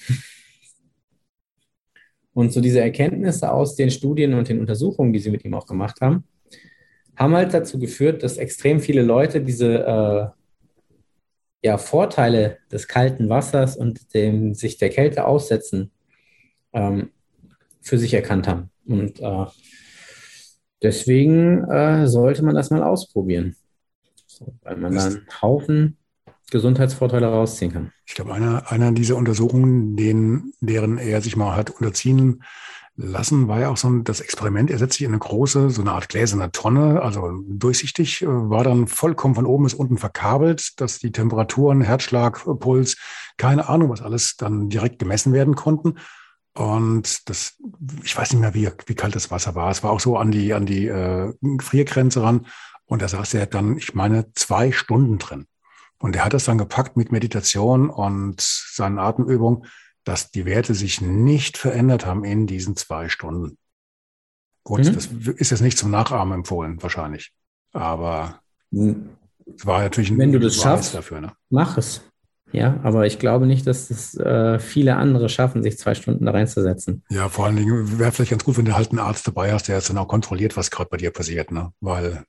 Und so diese Erkenntnisse aus den Studien und den Untersuchungen, die sie mit ihm auch gemacht haben, haben halt dazu geführt, dass extrem viele Leute diese Vorteile des kalten Wassers und dem sich der Kälte aussetzen, für sich erkannt haben. Und deswegen sollte man das mal ausprobieren, weil man dann einen Haufen Gesundheitsvorteile rausziehen kann. Ich glaube, einer dieser Untersuchungen, deren er sich mal hat unterziehen lassen, war ja auch so das Experiment. Er setzt sich in eine große, so eine Art gläserne Tonne, also durchsichtig, war dann vollkommen von oben bis unten verkabelt, dass die Temperaturen, Herzschlag, Puls, keine Ahnung, was alles dann direkt gemessen werden konnten. Und ich weiß nicht mehr, wie kalt das Wasser war. Es war auch so an die Gefriergrenze ran. Und da saß er dann, ich meine, 2 Stunden drin. Und er hat das dann gepackt mit Meditation und seinen Atemübungen, dass die Werte sich nicht verändert haben in diesen 2 Stunden. Gut, das ist jetzt nicht zum Nachahmen empfohlen, wahrscheinlich. Aber es war natürlich wenn du das schaffst, dafür, ne? Mach es. Ja, aber ich glaube nicht, dass das viele andere schaffen, sich 2 Stunden da reinzusetzen. Ja, vor allen Dingen wäre vielleicht ganz gut, wenn du halt einen Arzt dabei hast, der jetzt dann auch kontrolliert, was gerade bei dir passiert, ne? Weil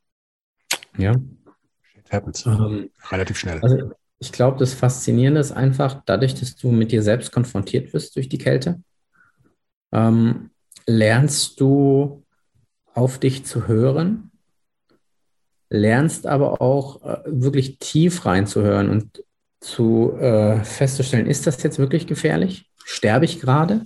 shit happens. Relativ schnell. Also ich glaube, das Faszinierende ist einfach, dadurch, dass du mit dir selbst konfrontiert wirst durch die Kälte, lernst du auf dich zu hören, lernst aber auch wirklich tief reinzuhören und zu festzustellen, ist das jetzt wirklich gefährlich? Sterbe ich gerade?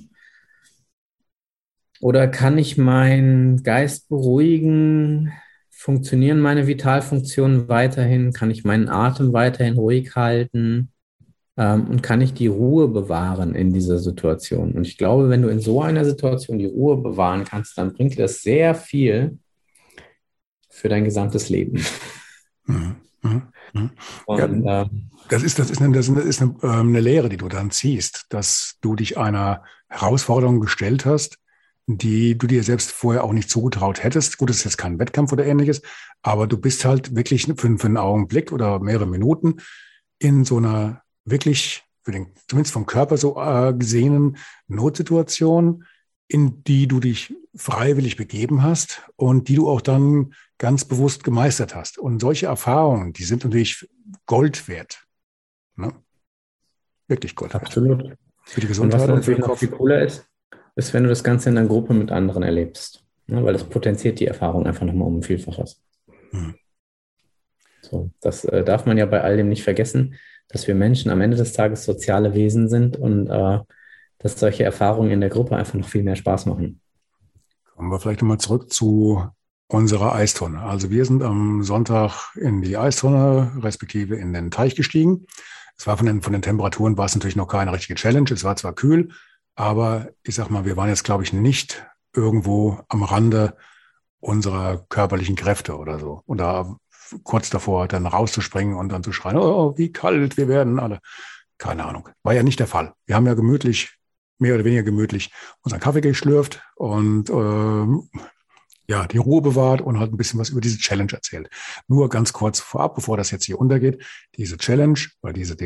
Oder kann ich meinen Geist beruhigen? Funktionieren meine Vitalfunktionen weiterhin? Kann ich meinen Atem weiterhin ruhig halten? Und kann ich die Ruhe bewahren in dieser Situation? Und ich glaube, wenn du in so einer Situation die Ruhe bewahren kannst, dann bringt dir das sehr viel für dein gesamtes Leben. Mhm. Mhm. Mhm. Und, Ja, das ist eine Lehre, die du dann ziehst, dass du dich einer Herausforderung gestellt hast, die du dir selbst vorher auch nicht zugetraut hättest. Gut, es ist jetzt kein Wettkampf oder ähnliches, aber du bist halt wirklich für einen Augenblick oder mehrere Minuten in so einer wirklich, zumindest vom Körper so gesehenen Notsituation, in die du dich freiwillig begeben hast und die du auch dann ganz bewusst gemeistert hast. Und solche Erfahrungen, die sind natürlich Gold wert. Ne? Wirklich Gold wert. Absolut. Für die Gesundheit und was und für den natürlich noch Kopf. viel cooler ist, wenn du das Ganze in einer Gruppe mit anderen erlebst. Ne? Weil das potenziert die Erfahrung einfach nochmal um ein Vielfaches. Hm. So, das darf man ja bei all dem nicht vergessen, dass wir Menschen am Ende des Tages soziale Wesen sind und dass solche Erfahrungen in der Gruppe einfach noch viel mehr Spaß machen. Kommen wir vielleicht nochmal zurück zu unserer Eistonne. Also wir sind am Sonntag in die Eistonne, respektive in den Teich gestiegen. Es war von den Temperaturen war es natürlich noch keine richtige Challenge. Es war zwar kühl, aber ich sag mal, wir waren jetzt, glaube ich, nicht irgendwo am Rande unserer körperlichen Kräfte oder so. Und da kurz davor dann rauszuspringen und dann zu schreien, oh, wie kalt wir werden alle. Keine Ahnung. War ja nicht der Fall. Wir haben ja mehr oder weniger gemütlich unseren Kaffee geschlürft und ja, die Ruhe bewahrt und halt ein bisschen was über diese Challenge erzählt. Nur ganz kurz vorab, bevor das jetzt hier untergeht, diese Challenge, weil diese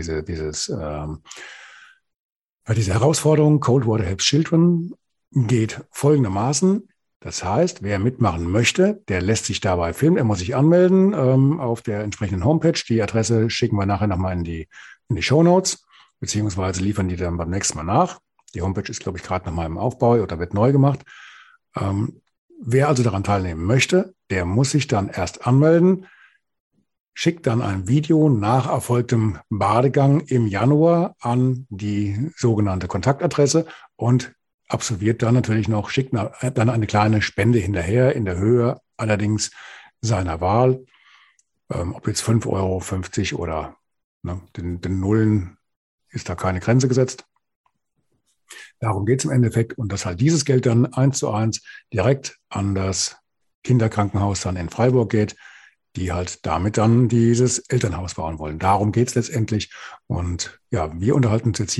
Herausforderung Cold Water Helps Children geht folgendermaßen. Das heißt, wer mitmachen möchte, der lässt sich dabei filmen. Er muss sich anmelden auf der entsprechenden Homepage. Die Adresse schicken wir nachher nochmal in die Shownotes, beziehungsweise liefern die dann beim nächsten Mal nach. Die Homepage ist, glaube ich, gerade nochmal im Aufbau oder wird neu gemacht. Wer also daran teilnehmen möchte, der muss sich dann erst anmelden, schickt dann ein Video nach erfolgtem Badegang im Januar an die sogenannte Kontaktadresse und absolviert dann natürlich noch, schickt dann eine kleine Spende hinterher, in der Höhe allerdings seiner Wahl, ob jetzt 5,50 € oder den Nullen ist da keine Grenze gesetzt. Darum geht es im Endeffekt und dass halt dieses Geld dann 1:1 direkt an das Kinderkrankenhaus dann in Freiburg geht, die halt damit dann dieses Elternhaus bauen wollen. Darum geht es letztendlich. Und ja, wir unterhalten uns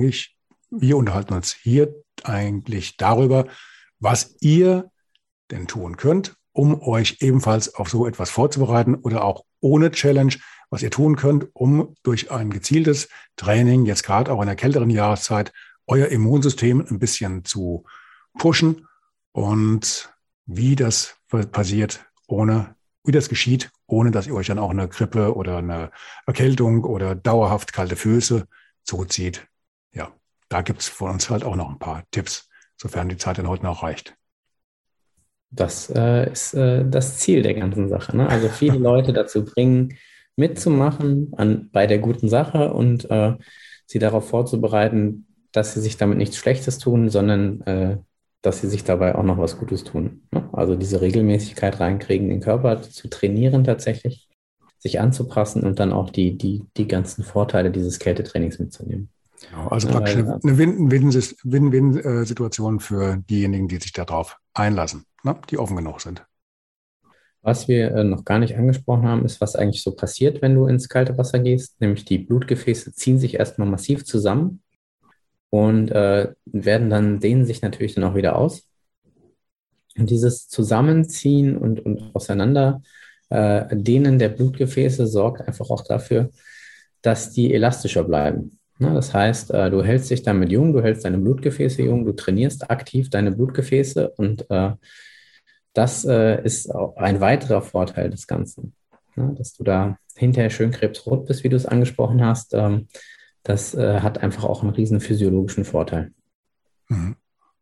hier eigentlich darüber, was ihr denn tun könnt, um euch ebenfalls auf so etwas vorzubereiten oder auch ohne Challenge, was ihr tun könnt, um durch ein gezieltes Training, jetzt gerade auch in der kälteren Jahreszeit, euer Immunsystem ein bisschen zu pushen und wie das passiert, wie das geschieht, ohne dass ihr euch dann auch eine Grippe oder eine Erkältung oder dauerhaft kalte Füße zuzieht. Ja, da gibt es von uns halt auch noch ein paar Tipps, sofern die Zeit dann heute noch reicht. Das ist das Ziel der ganzen Sache, ne? Also viele Leute dazu bringen, mitzumachen bei der guten Sache und sie darauf vorzubereiten, dass sie sich damit nichts Schlechtes tun, sondern dass sie sich dabei auch noch was Gutes tun. Ne? Also diese Regelmäßigkeit reinkriegen, den Körper zu trainieren tatsächlich, sich anzupassen und dann auch die ganzen Vorteile dieses Kältetrainings mitzunehmen. Genau, also praktisch eine Win-Win-Situation für diejenigen, die sich darauf einlassen, ne? Die offen genug sind. Was wir noch gar nicht angesprochen haben, ist, was eigentlich so passiert, wenn du ins kalte Wasser gehst. Nämlich die Blutgefäße ziehen sich erstmal massiv zusammen und dehnen sich natürlich dann auch wieder aus. Und dieses Zusammenziehen und auseinander Dehnen der Blutgefäße sorgt einfach auch dafür, dass die elastischer bleiben. Ne? Das heißt, du hältst dich damit jung, du hältst deine Blutgefäße jung, du trainierst aktiv deine Blutgefäße und das ist auch ein weiterer Vorteil des Ganzen. Ne? Dass du da hinterher schön krebsrot bist, wie du es angesprochen hast. Das hat einfach auch einen riesen physiologischen Vorteil. Mhm.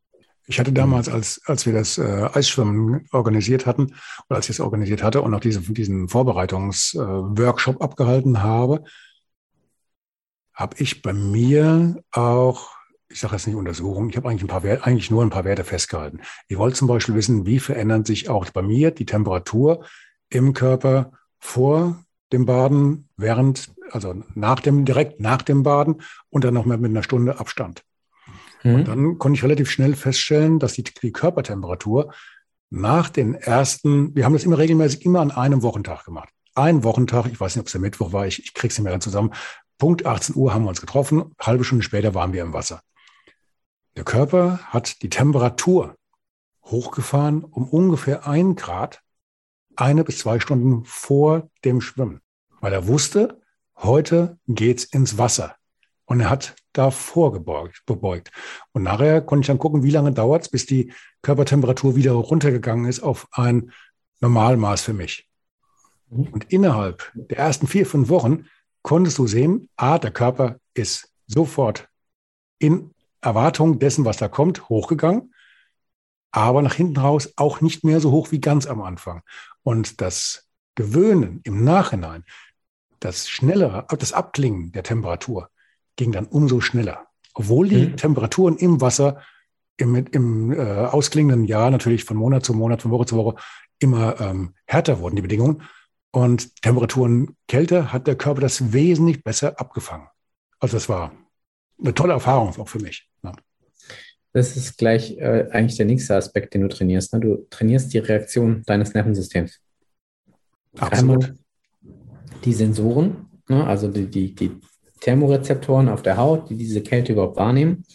Ich hatte damals, als wir das Eisschwimmen organisiert hatten, oder als ich es organisiert hatte und auch diesen Vorbereitungsworkshop abgehalten habe, habe ich bei mir auch, ich sage jetzt nicht Untersuchungen, ich habe eigentlich nur ein paar Werte festgehalten. Ich wollte zum Beispiel wissen, wie verändert sich auch bei mir die Temperatur im Körper vor dem Baden, direkt nach dem Baden und dann noch mal mit einer Stunde Abstand. Und dann konnte ich relativ schnell feststellen, dass die Körpertemperatur nach den ersten, wir haben das regelmäßig immer an einem Wochentag gemacht. Ein Wochentag, ich weiß nicht, ob es der Mittwoch war, ich kriege es nicht mehr ganz zusammen. Punkt 18 Uhr haben wir uns getroffen, halbe Stunde später waren wir im Wasser. Der Körper hat die Temperatur hochgefahren um ungefähr 1 Grad, 1 bis 2 Stunden vor dem Schwimmen, weil er wusste, heute geht's ins Wasser. Und er hat davor gebeugt. Und nachher konnte ich dann gucken, wie lange dauert es, bis die Körpertemperatur wieder runtergegangen ist auf ein Normalmaß für mich. Und innerhalb der ersten 4, 5 Wochen konntest du sehen, der Körper ist sofort in Erwartung dessen, was da kommt, hochgegangen, aber nach hinten raus auch nicht mehr so hoch wie ganz am Anfang. Und das Gewöhnen im Nachhinein, das Abklingen der Temperatur ging dann umso schneller. Obwohl die Temperaturen im Wasser im ausklingenden Jahr natürlich von Monat zu Monat, von Woche zu Woche immer härter wurden, die Bedingungen. Und Temperaturen kälter hat der Körper das wesentlich besser abgefangen. Also das war eine tolle Erfahrung auch für mich. Ja. Das ist gleich eigentlich der nächste Aspekt, den du trainierst. Ne? Du trainierst die Reaktion deines Nervensystems. Absolut. Einmal die Sensoren, ne? Also die Thermorezeptoren auf der Haut, die diese Kälte überhaupt wahrnehmen.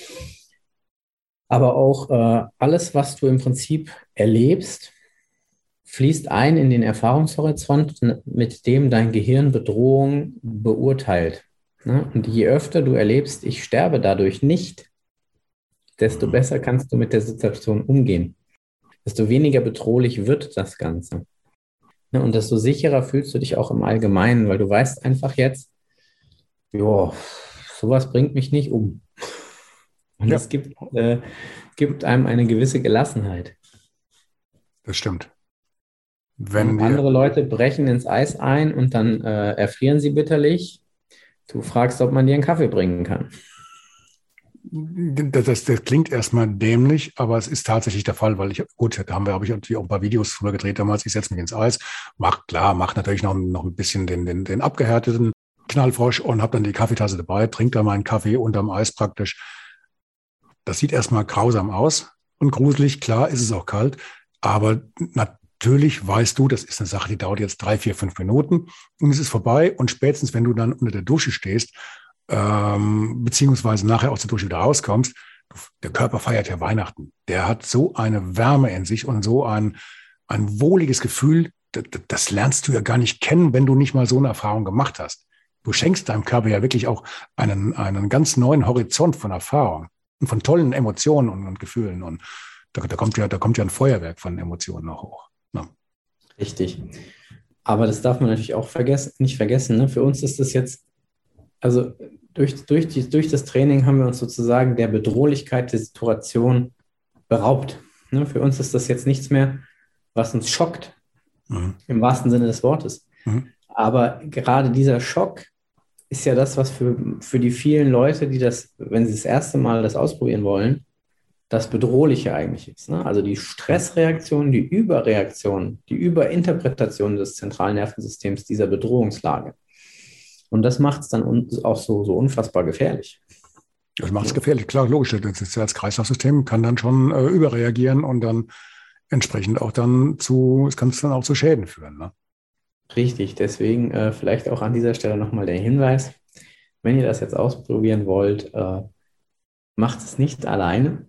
Aber auch alles, was du im Prinzip erlebst, fließt ein in den Erfahrungshorizont, mit dem dein Gehirn Bedrohung beurteilt. Ne? Und je öfter du erlebst, ich sterbe dadurch nicht, desto besser kannst du mit der Situation umgehen. Desto weniger bedrohlich wird das Ganze. Ne? Und desto sicherer fühlst du dich auch im Allgemeinen, weil du weißt einfach jetzt, ja, sowas bringt mich nicht um. Und das gibt einem eine gewisse Gelassenheit. Das stimmt. Andere Leute brechen ins Eis ein und dann erfrieren sie bitterlich. Du fragst, ob man dir einen Kaffee bringen kann. Das klingt erstmal dämlich, aber es ist tatsächlich der Fall, weil da habe ich natürlich auch ein paar Videos drüber gedreht damals. Ich setze mich ins Eis, mach natürlich noch ein bisschen den abgehärteten Knallfrosch und habe dann die Kaffeetasse dabei, trinke da meinen Kaffee unterm Eis praktisch. Das sieht erstmal grausam aus und gruselig. Klar ist es auch kalt, aber natürlich weißt du, das ist eine Sache, die dauert jetzt 3, 4, 5 Minuten und es ist vorbei. Und spätestens, wenn du dann unter der Dusche stehst, beziehungsweise nachher aus der Dusche wieder rauskommst, der Körper feiert ja Weihnachten. Der hat so eine Wärme in sich und so ein wohliges Gefühl, das lernst du ja gar nicht kennen, wenn du nicht mal so eine Erfahrung gemacht hast. Du schenkst deinem Körper ja wirklich auch einen ganz neuen Horizont von Erfahrung und von tollen Emotionen und Gefühlen. Und da kommt ja ein Feuerwerk von Emotionen noch hoch. Ja. Richtig. Aber das darf man natürlich auch nicht vergessen. Ne? Für uns ist das jetzt, also durch das Training haben wir uns sozusagen der Bedrohlichkeit der Situation beraubt. Ne? Für uns ist das jetzt nichts mehr, was uns schockt, im wahrsten Sinne des Wortes. Aber gerade dieser Schock ist ja das, was für die vielen Leute, die das, wenn sie das erste Mal das ausprobieren wollen, das Bedrohliche eigentlich ist. Ne? Also die Stressreaktion, die Überreaktion, die Überinterpretation des zentralen Nervensystems dieser Bedrohungslage. Und das macht es dann auch so unfassbar gefährlich. Das macht es gefährlich, klar, logisch. Das Herz-Kreislauf-System kann dann schon überreagieren und dann entsprechend auch es kann es dann auch zu Schäden führen. Ne? Richtig, deswegen vielleicht auch an dieser Stelle nochmal der Hinweis, wenn ihr das jetzt ausprobieren wollt, macht es nicht alleine.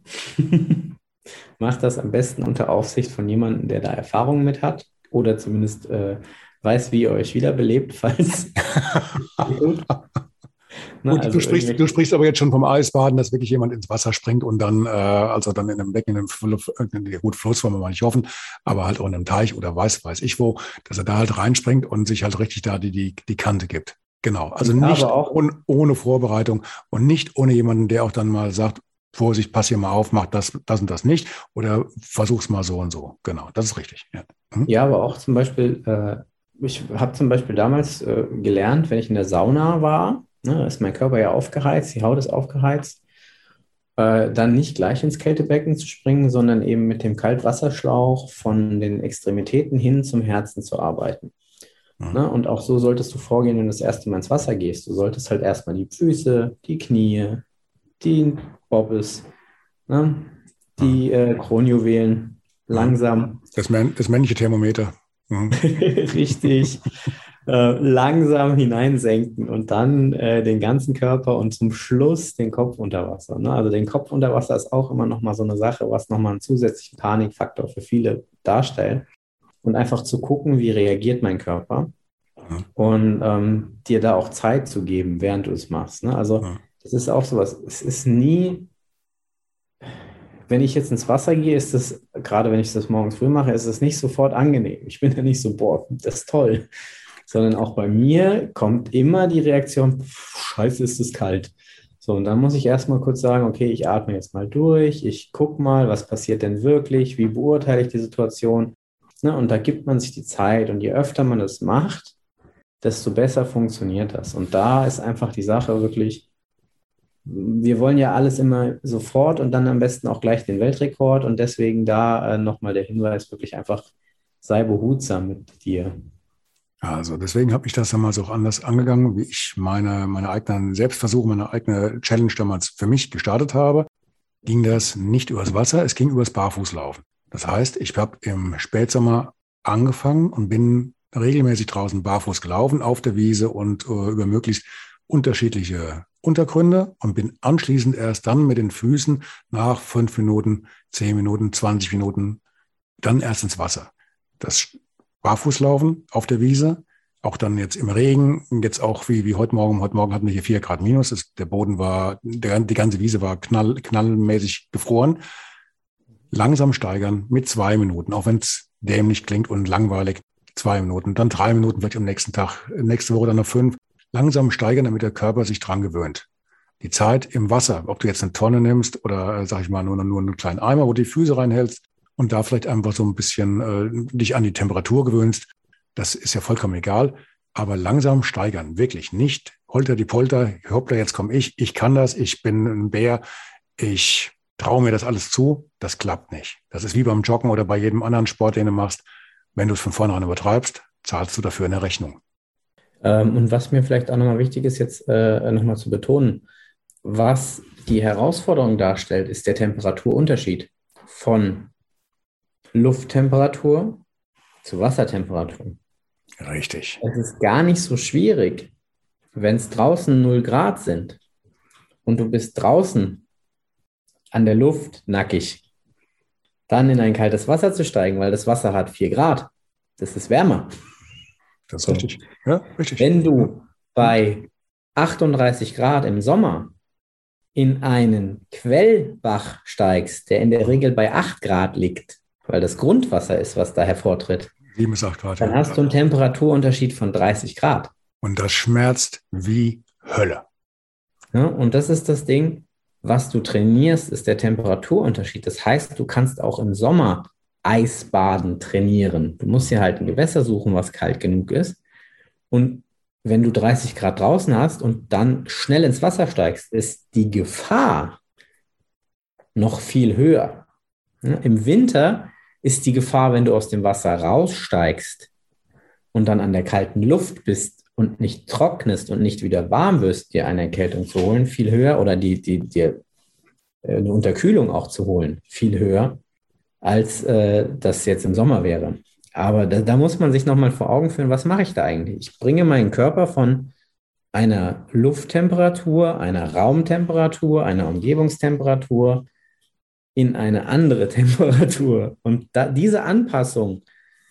Macht das am besten unter Aufsicht von jemandem, der da Erfahrung mit hat oder zumindest weiß, wie ihr euch wiederbelebt, falls. Gut, also du sprichst aber jetzt schon vom Eisbaden, dass wirklich jemand ins Wasser springt und dann, also dann in einem Becken, in einem Fluss wollen wir mal nicht hoffen, aber halt auch in einem Teich oder weiß ich wo, dass er da halt reinspringt und sich halt richtig da die Kante gibt. Genau, also nicht ohne Vorbereitung und nicht ohne jemanden, der auch dann mal sagt, Vorsicht, pass hier mal auf, mach das und das nicht oder versuch's mal so und so. Genau, das ist richtig. Ja, Ja, aber auch zum Beispiel, ich habe zum Beispiel damals gelernt, wenn ich in der Sauna war, ne, ist mein Körper ja aufgeheizt, die Haut ist aufgeheizt, dann nicht gleich ins Kältebecken zu springen, sondern eben mit dem Kaltwasserschlauch von den Extremitäten hin zum Herzen zu arbeiten. Ne? Und auch so solltest du vorgehen, wenn du das erste Mal ins Wasser gehst. Du solltest halt erstmal die Füße, die Knie, die Bobbes, ne? Die Kronjuwelen langsam. Das männliche Thermometer. Richtig. Langsam hineinsenken und dann den ganzen Körper und zum Schluss den Kopf unter Wasser. Ne? Also den Kopf unter Wasser ist auch immer noch mal so eine Sache, was nochmal einen zusätzlichen Panikfaktor für viele darstellt. Und einfach zu gucken, wie reagiert mein Körper und dir da auch Zeit zu geben, während du es machst. Ne? Also das ist auch sowas. Es ist nie, wenn ich jetzt ins Wasser gehe, ist das, gerade wenn ich das morgens früh mache, ist es nicht sofort angenehm. Ich bin ja nicht so, boah, das ist toll. Sondern auch bei mir kommt immer die Reaktion, scheiße, ist es kalt. So, und dann muss ich erstmal kurz sagen, okay, ich atme jetzt mal durch, ich gucke mal, was passiert denn wirklich, wie beurteile ich die Situation. Ne, und da gibt man sich die Zeit und je öfter man das macht, desto besser funktioniert das. Und da ist einfach die Sache wirklich, wir wollen ja alles immer sofort und dann am besten auch gleich den Weltrekord und deswegen da nochmal der Hinweis, wirklich einfach sei behutsam mit dir. Also deswegen habe ich das damals auch anders angegangen, wie ich meine eigenen Selbstversuche, meine eigene Challenge damals für mich gestartet habe. Ging das nicht übers Wasser, es ging übers Barfußlaufen. Das heißt, ich habe im Spätsommer angefangen und bin regelmäßig draußen barfuß gelaufen auf der Wiese und über möglichst unterschiedliche Untergründe und bin anschließend erst dann mit den Füßen nach 5 Minuten, 10 Minuten, 20 Minuten dann erst ins Wasser. Das Barfußlaufen auf der Wiese, auch dann jetzt im Regen, jetzt auch wie heute Morgen. Heute Morgen hatten wir hier 4 Grad minus. Der Boden war, die ganze Wiese war knallmäßig gefroren. Langsam steigern mit 2 Minuten, auch wenn es dämlich klingt und langweilig. 2 Minuten, dann 3 Minuten, vielleicht am nächsten Tag, nächste Woche dann noch 5. Langsam steigern, damit der Körper sich dran gewöhnt. Die Zeit im Wasser, ob du jetzt eine Tonne nimmst oder, sag ich mal, nur einen kleinen Eimer, wo du die Füße reinhältst und da vielleicht einfach so ein bisschen dich an die Temperatur gewöhnst, das ist ja vollkommen egal. Aber langsam steigern, wirklich nicht holter die Polter, hoppla, jetzt komme ich kann das, ich bin ein Bär, ich traue mir das alles zu, das klappt nicht. Das ist wie beim Joggen oder bei jedem anderen Sport, den du machst. Wenn du es von vornherein übertreibst, zahlst du dafür eine Rechnung. Und was mir vielleicht auch nochmal wichtig ist, jetzt nochmal zu betonen, was die Herausforderung darstellt, ist der Temperaturunterschied von Lufttemperatur zu Wassertemperatur. Richtig. Es ist gar nicht so schwierig, wenn es draußen 0 Grad sind und du bist draußen an der Luft nackig, dann in ein kaltes Wasser zu steigen, weil das Wasser hat 4 Grad. Das ist wärmer. Das ist richtig. Ja, richtig. Wenn du bei 38 Grad im Sommer in einen Quellbach steigst, der in der Regel bei 8 Grad liegt, weil das Grundwasser ist, was da hervortritt, 7 bis 8 Grad. dann hast du einen Temperaturunterschied von 30 Grad. Und das schmerzt wie Hölle. Ja, und das ist das Ding, was du trainierst, ist der Temperaturunterschied. Das heißt, du kannst auch im Sommer Eisbaden trainieren. Du musst dir halt ein Gewässer suchen, was kalt genug ist. Und wenn du 30 Grad draußen hast und dann schnell ins Wasser steigst, ist die Gefahr noch viel höher. Ja, im Winter ist die Gefahr, wenn du aus dem Wasser raussteigst und dann an der kalten Luft bist und nicht trocknest und nicht wieder warm wirst, dir eine Erkältung zu holen, viel höher oder dir eine Unterkühlung auch zu holen, viel höher, als das jetzt im Sommer wäre. Aber da muss man sich nochmal vor Augen führen, was mache ich da eigentlich? Ich bringe meinen Körper von einer Lufttemperatur, einer Raumtemperatur, einer Umgebungstemperatur in eine andere Temperatur. Und diese Anpassung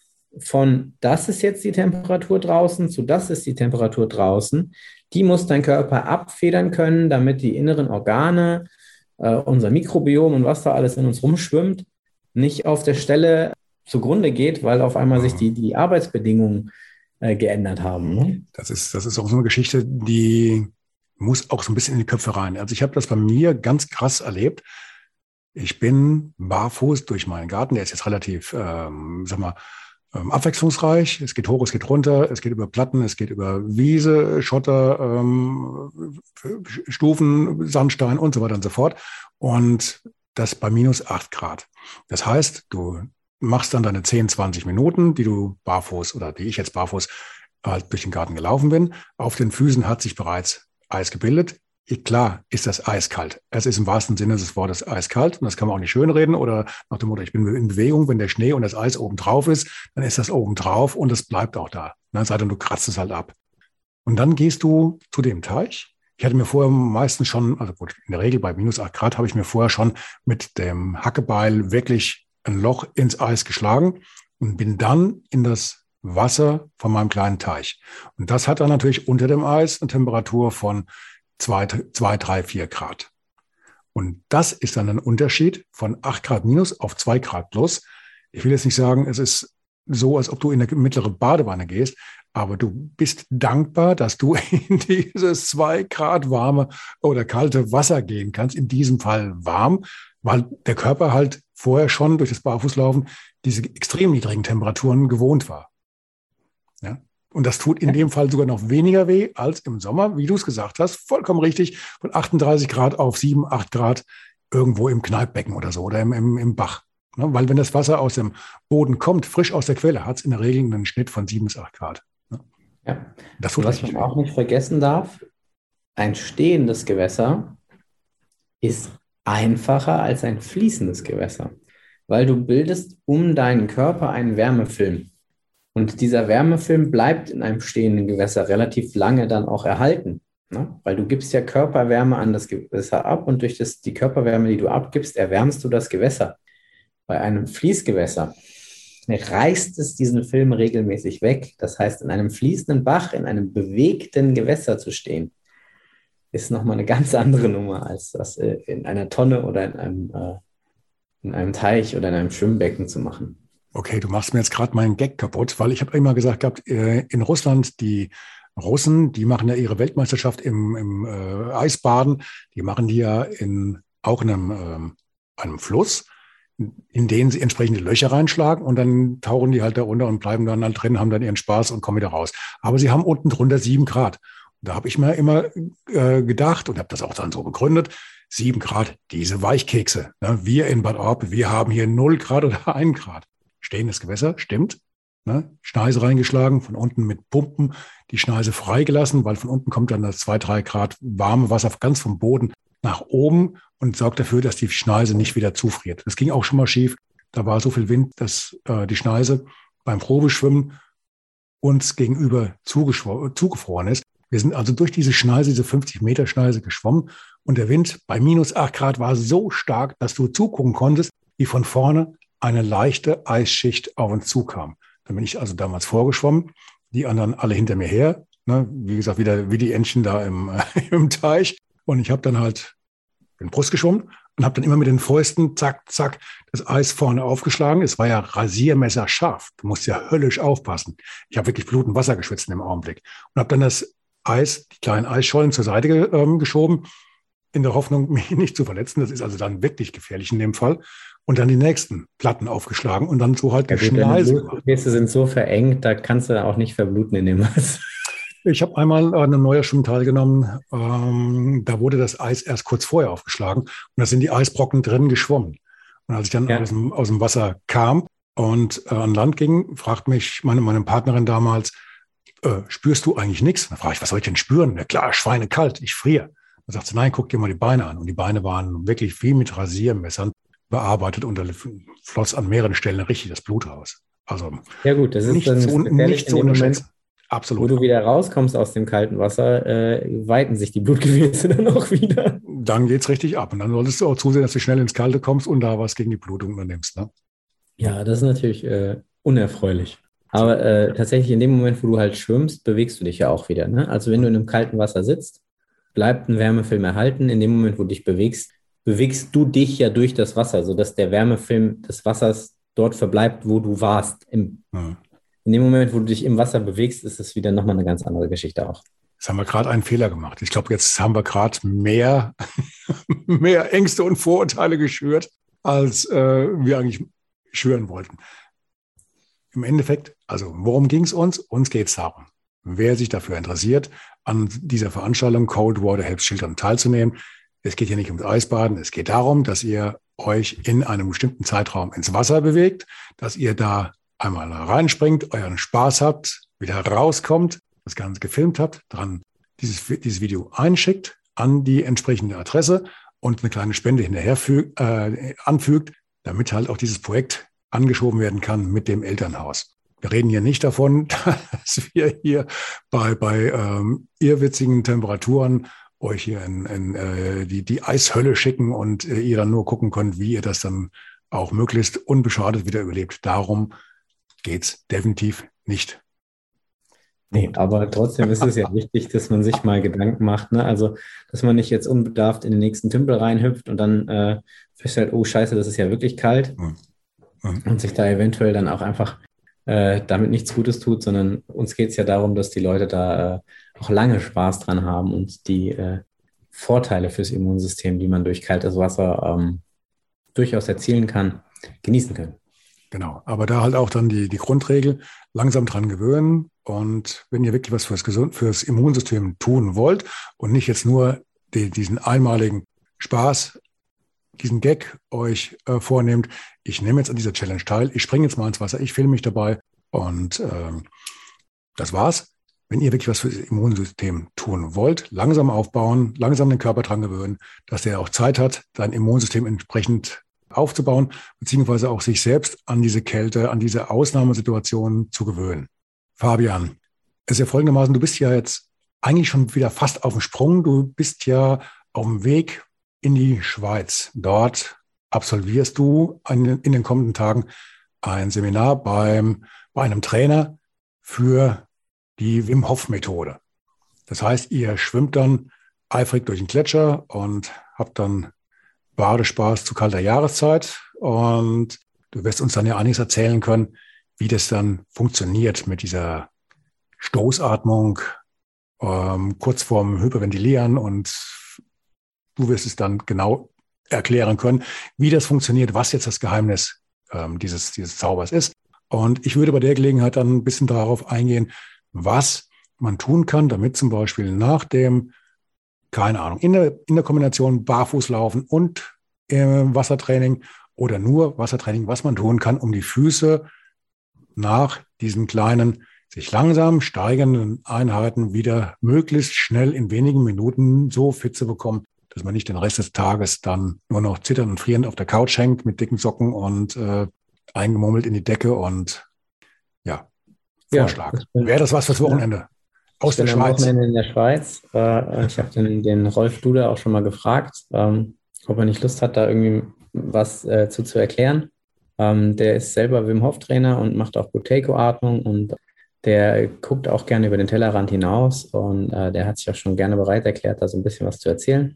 von das ist jetzt die Temperatur draußen zu das ist die Temperatur draußen, die muss dein Körper abfedern können, damit die inneren Organe, unser Mikrobiom und was da alles in uns rumschwimmt, nicht auf der Stelle zugrunde geht, weil auf einmal sich die Arbeitsbedingungen geändert haben. Ne? Das ist auch so eine Geschichte, die muss auch so ein bisschen in die Köpfe rein. Also ich habe das bei mir ganz krass erlebt. Ich bin barfuß durch meinen Garten. Der ist jetzt relativ, abwechslungsreich. Es geht hoch, es geht runter, es geht über Platten, es geht über Wiese, Schotter, Stufen, Sandstein und so weiter und so fort. Und das bei -8 Grad. Das heißt, du machst dann deine 10, 20 Minuten, die du barfuß oder die ich jetzt barfuß halt durch den Garten gelaufen bin. Auf den Füßen hat sich bereits Eis gebildet. Klar ist das eiskalt. Es ist im wahrsten Sinne des Wortes eiskalt. Und das kann man auch nicht schönreden oder nach dem Motto, ich bin in Bewegung. Wenn der Schnee und das Eis oben drauf ist, dann ist das oben drauf und es bleibt auch da. Sei denn, du kratzt es halt ab. Und dann gehst du zu dem Teich. Ich hatte mir vorher meistens schon, also gut, in der Regel bei -8 Grad habe ich mir vorher schon mit dem Hackebeil wirklich ein Loch ins Eis geschlagen und bin dann in das Wasser von meinem kleinen Teich. Und das hat dann natürlich unter dem Eis eine Temperatur von 2, 3, 4 Grad. Und das ist dann ein Unterschied von 8 Grad minus auf 2 Grad plus. Ich will jetzt nicht sagen, es ist so, als ob du in eine mittlere Badewanne gehst, aber du bist dankbar, dass du in dieses 2 Grad warme oder kalte Wasser gehen kannst, in diesem Fall warm, weil der Körper halt vorher schon durch das Barfußlaufen diese extrem niedrigen Temperaturen gewohnt war. Ja? Und das tut in dem Fall sogar noch weniger weh als im Sommer, wie du es gesagt hast, vollkommen richtig, von 38 Grad auf 7, 8 Grad irgendwo im Kneippbecken oder so oder im Bach. Ne? Weil wenn das Wasser aus dem Boden kommt, frisch aus der Quelle, hat es in der Regel einen Schnitt von 7 bis 8 Grad. Ne? Ja. Das tut was man auch nicht vergessen darf, ein stehendes Gewässer ist einfacher als ein fließendes Gewässer, weil du bildest um deinen Körper einen Wärmefilm. Und dieser Wärmefilm bleibt in einem stehenden Gewässer relativ lange dann auch erhalten, ne? Weil du gibst ja Körperwärme an das Gewässer ab und durch die Körperwärme, die du abgibst, erwärmst du das Gewässer. Bei einem Fließgewässer reißt es diesen Film regelmäßig weg. Das heißt, in einem fließenden Bach, in einem bewegten Gewässer zu stehen, ist nochmal eine ganz andere Nummer, als das in einer Tonne oder in einem Teich oder in einem Schwimmbecken zu machen. Okay, du machst mir jetzt gerade meinen Gag kaputt, weil ich habe immer gesagt gehabt, in Russland, die Russen, die machen ja ihre Weltmeisterschaft im Eisbaden, die machen die ja auch in einem Fluss, in den sie entsprechende Löcher reinschlagen und dann tauchen die halt da runter und bleiben dann halt drin, haben dann ihren Spaß und kommen wieder raus. Aber sie haben unten drunter 7 Grad. Und da habe ich mir immer gedacht und habe das auch dann so begründet, 7 Grad, diese Weichkekse. Ne? Wir in Bad Orb, wir haben hier 0 Grad oder 1 Grad. Stehendes Gewässer, stimmt. Ne? Schneise reingeschlagen, von unten mit Pumpen die Schneise freigelassen, weil von unten kommt dann das 2, 3 Grad warme Wasser ganz vom Boden nach oben und sorgt dafür, dass die Schneise nicht wieder zufriert. Das ging auch schon mal schief. Da war so viel Wind, dass die Schneise beim Probeschwimmen uns gegenüber zugefroren ist. Wir sind also durch diese Schneise, diese 50 Meter Schneise geschwommen und der Wind bei -8 Grad war so stark, dass du zugucken konntest, wie von vorne eine leichte Eisschicht auf uns zukam. Dann bin ich also damals vorgeschwommen, die anderen alle hinter mir her, ne? Wie gesagt, wieder wie die Entchen da im Teich. Und ich habe dann halt den Brust geschwommen und habe dann immer mit den Fäusten, zack, zack, das Eis vorne aufgeschlagen. Es war ja rasiermesserscharf. Du musst ja höllisch aufpassen. Ich habe wirklich Blut und Wasser geschwitzt in dem Augenblick. Und habe dann das Eis, die kleinen Eisschollen zur Seite geschoben, in der Hoffnung, mich nicht zu verletzen. Das ist also dann wirklich gefährlich in dem Fall. Und dann die nächsten Platten aufgeschlagen und dann so halt die Schneise. Die Gefäße sind so verengt, da kannst du auch nicht verbluten in dem Wasser. Ich habe einmal an einem Neujahrschwimmen teilgenommen. Da wurde das Eis erst kurz vorher aufgeschlagen und da sind die Eisbrocken drin geschwommen. Und als ich dann aus dem Wasser kam und an Land ging, fragt mich meine Partnerin damals, spürst du eigentlich nichts? Dann frage ich, was soll ich denn spüren? Ja klar, schweinekalt, ich friere. Dann sagt sie, nein, guck dir mal die Beine an. Und die Beine waren wirklich wie mit Rasiermessern bearbeitet und da floss an mehreren Stellen richtig das Blut raus. Also ja gut, das ist nicht dann so unterschätzen. Absolut. Wo du wieder rauskommst aus dem kalten Wasser, weiten sich die Blutgefäße dann auch wieder. Dann geht's richtig ab. Und dann solltest du auch zusehen, dass du schnell ins Kalte kommst und da was gegen die Blutung unternimmst. Ne? Ja, das ist natürlich unerfreulich. Aber tatsächlich in dem Moment, wo du halt schwimmst, bewegst du dich ja auch wieder. Ne? Also wenn du in einem kalten Wasser sitzt, bleibt ein Wärmefilm erhalten. In dem Moment, wo du dich bewegst du dich ja durch das Wasser, sodass der Wärmefilm des Wassers dort verbleibt, wo du warst. In dem Moment, wo du dich im Wasser bewegst, ist es wieder nochmal eine ganz andere Geschichte auch. Jetzt haben wir gerade einen Fehler gemacht. Ich glaube, jetzt haben wir gerade mehr Ängste und Vorurteile geschürt, als wir eigentlich schüren wollten. Im Endeffekt, also worum ging es uns? Uns geht es darum, wer sich dafür interessiert, an dieser Veranstaltung Cold Water Helps Children teilzunehmen. Es geht hier nicht ums Eisbaden. Es geht darum, dass ihr euch in einem bestimmten Zeitraum ins Wasser bewegt, dass ihr da einmal reinspringt, euren Spaß habt, wieder rauskommt, das Ganze gefilmt habt, dann dieses Video einschickt an die entsprechende Adresse und eine kleine Spende hinterher anfügt, damit halt auch dieses Projekt angeschoben werden kann mit dem Elternhaus. Wir reden hier nicht davon, dass wir hier bei irrwitzigen Temperaturen euch hier in die Eishölle schicken und ihr dann nur gucken könnt, wie ihr das dann auch möglichst unbeschadet wieder überlebt. Darum geht's definitiv nicht. Nee, aber trotzdem ist es ja wichtig, dass man sich mal Gedanken macht, ne? Also, dass man nicht jetzt unbedarft in den nächsten Tümpel reinhüpft und dann feststellt, oh Scheiße, das ist ja wirklich kalt und sich da eventuell dann auch einfach damit nichts Gutes tut, sondern uns geht es ja darum, dass die Leute da auch lange Spaß dran haben und die Vorteile fürs Immunsystem, die man durch kaltes Wasser durchaus erzielen kann, genießen können. Genau, aber da halt auch dann die Grundregel, langsam dran gewöhnen. Und wenn ihr wirklich was fürs Immunsystem tun wollt und nicht jetzt nur diesen einmaligen Spaß, diesen Gag euch vornehmt, ich nehme jetzt an dieser Challenge teil, ich springe jetzt mal ins Wasser, ich filme mich dabei und das war's. Wenn ihr wirklich was fürs Immunsystem tun wollt, langsam aufbauen, langsam den Körper dran gewöhnen, dass der auch Zeit hat, sein Immunsystem entsprechend aufzubauen, beziehungsweise auch sich selbst an diese Kälte, an diese Ausnahmesituationen zu gewöhnen. Fabian, es ist ja folgendermaßen, du bist ja jetzt eigentlich schon wieder fast auf dem Sprung. Du bist ja auf dem Weg in die Schweiz. Dort absolvierst du in den kommenden Tagen ein Seminar bei einem Trainer für die Wim Hof Methode. Das heißt, ihr schwimmt dann eifrig durch den Gletscher und habt dann Badespaß zu kalter Jahreszeit. Und du wirst uns dann ja einiges erzählen können, wie das dann funktioniert mit dieser Stoßatmung, kurz vorm Hyperventilieren. Und du wirst es dann genau erklären können, wie das funktioniert, was jetzt das Geheimnis dieses Zaubers ist. Und ich würde bei der Gelegenheit dann ein bisschen darauf eingehen, was man tun kann, damit zum Beispiel nach dem, keine Ahnung, in der Kombination Barfußlaufen und Wassertraining oder nur Wassertraining, was man tun kann, um die Füße nach diesen kleinen, sich langsam steigenden Einheiten wieder möglichst schnell in wenigen Minuten so fit zu bekommen, dass man nicht den Rest des Tages dann nur noch zitternd und frierend auf der Couch hängt mit dicken Socken und eingemummelt in die Decke und ja, Vorschlag. Ja, wäre das was fürs Wochenende? Aus der Schweiz. Wochenende in der Schweiz. Ich habe den Rolf Duda auch schon mal gefragt, ob er nicht Lust hat, da irgendwie was zu erklären. Der ist selber Wim Hof Trainer und macht auch Buteyko-Atmung und der guckt auch gerne über den Tellerrand hinaus und der hat sich auch schon gerne bereit erklärt, da so ein bisschen was zu erzählen.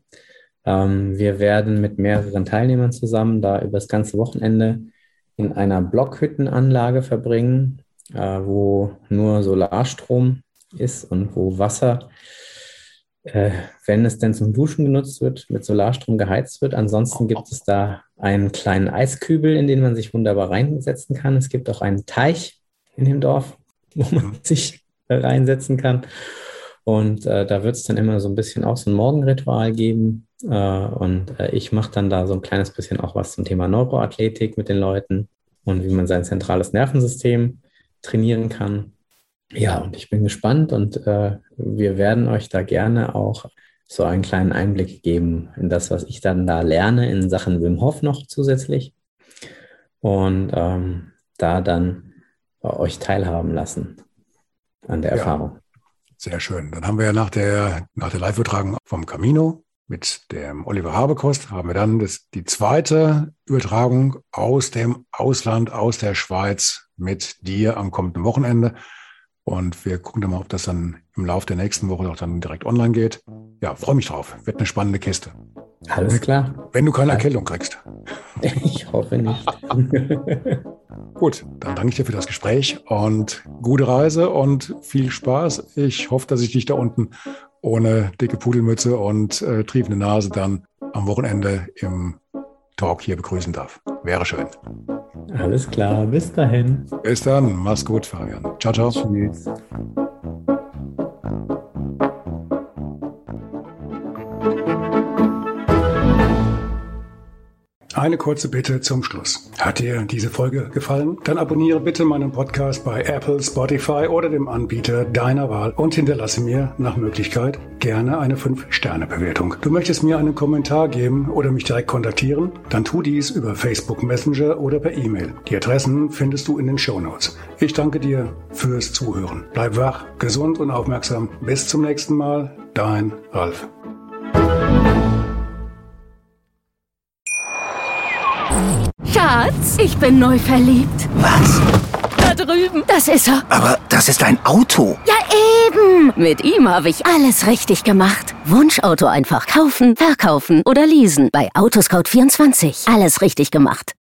Wir werden mit mehreren Teilnehmern zusammen da über das ganze Wochenende in einer Blockhüttenanlage verbringen, wo nur Solarstrom ist und wo Wasser, wenn es denn zum Duschen genutzt wird, mit Solarstrom geheizt wird. Ansonsten gibt es da einen kleinen Eiskübel, in den man sich wunderbar reinsetzen kann. Es gibt auch einen Teich in dem Dorf, wo man sich reinsetzen kann. Und da wird es dann immer so ein bisschen auch so ein Morgenritual geben. Ich mache dann da so ein kleines bisschen auch was zum Thema Neuroathletik mit den Leuten und wie man sein zentrales Nervensystem trainieren kann. Ja, und ich bin gespannt und wir werden euch da gerne auch so einen kleinen Einblick geben in das, was ich dann da lerne in Sachen Wim Hof noch zusätzlich und da dann euch teilhaben lassen an der Erfahrung. Sehr schön. Dann haben wir ja nach der Live-Übertragung vom Camino mit dem Oliver Habekost, haben wir dann die zweite Übertragung aus dem Ausland, aus der Schweiz mit dir am kommenden Wochenende. Und wir gucken dann mal, ob das dann im Laufe der nächsten Woche auch dann direkt online geht. Ja, freue mich drauf. Wird eine spannende Kiste. Alles klar. Wenn du keine Erkältung kriegst. Ich hoffe nicht. Gut, dann danke ich dir für das Gespräch und gute Reise und viel Spaß. Ich hoffe, dass ich dich da unten ohne dicke Pudelmütze und triefende Nase dann am Wochenende im Talk hier begrüßen darf. Wäre schön. Alles klar, bis dahin. Bis dann, mach's gut, Fabian. Ciao, ciao. Tschüss. Eine kurze Bitte zum Schluss. Hat dir diese Folge gefallen? Dann abonniere bitte meinen Podcast bei Apple, Spotify oder dem Anbieter deiner Wahl und hinterlasse mir nach Möglichkeit gerne eine 5-Sterne-Bewertung. Du möchtest mir einen Kommentar geben oder mich direkt kontaktieren? Dann tu dies über Facebook Messenger oder per E-Mail. Die Adressen findest du in den Shownotes. Ich danke dir fürs Zuhören. Bleib wach, gesund und aufmerksam. Bis zum nächsten Mal. Dein Ralf. Schatz, ich bin neu verliebt. Was? Da drüben. Das ist er. Aber das ist ein Auto. Ja, eben. Mit ihm habe ich alles richtig gemacht. Wunschauto einfach kaufen, verkaufen oder leasen. Bei Autoscout24. Alles richtig gemacht.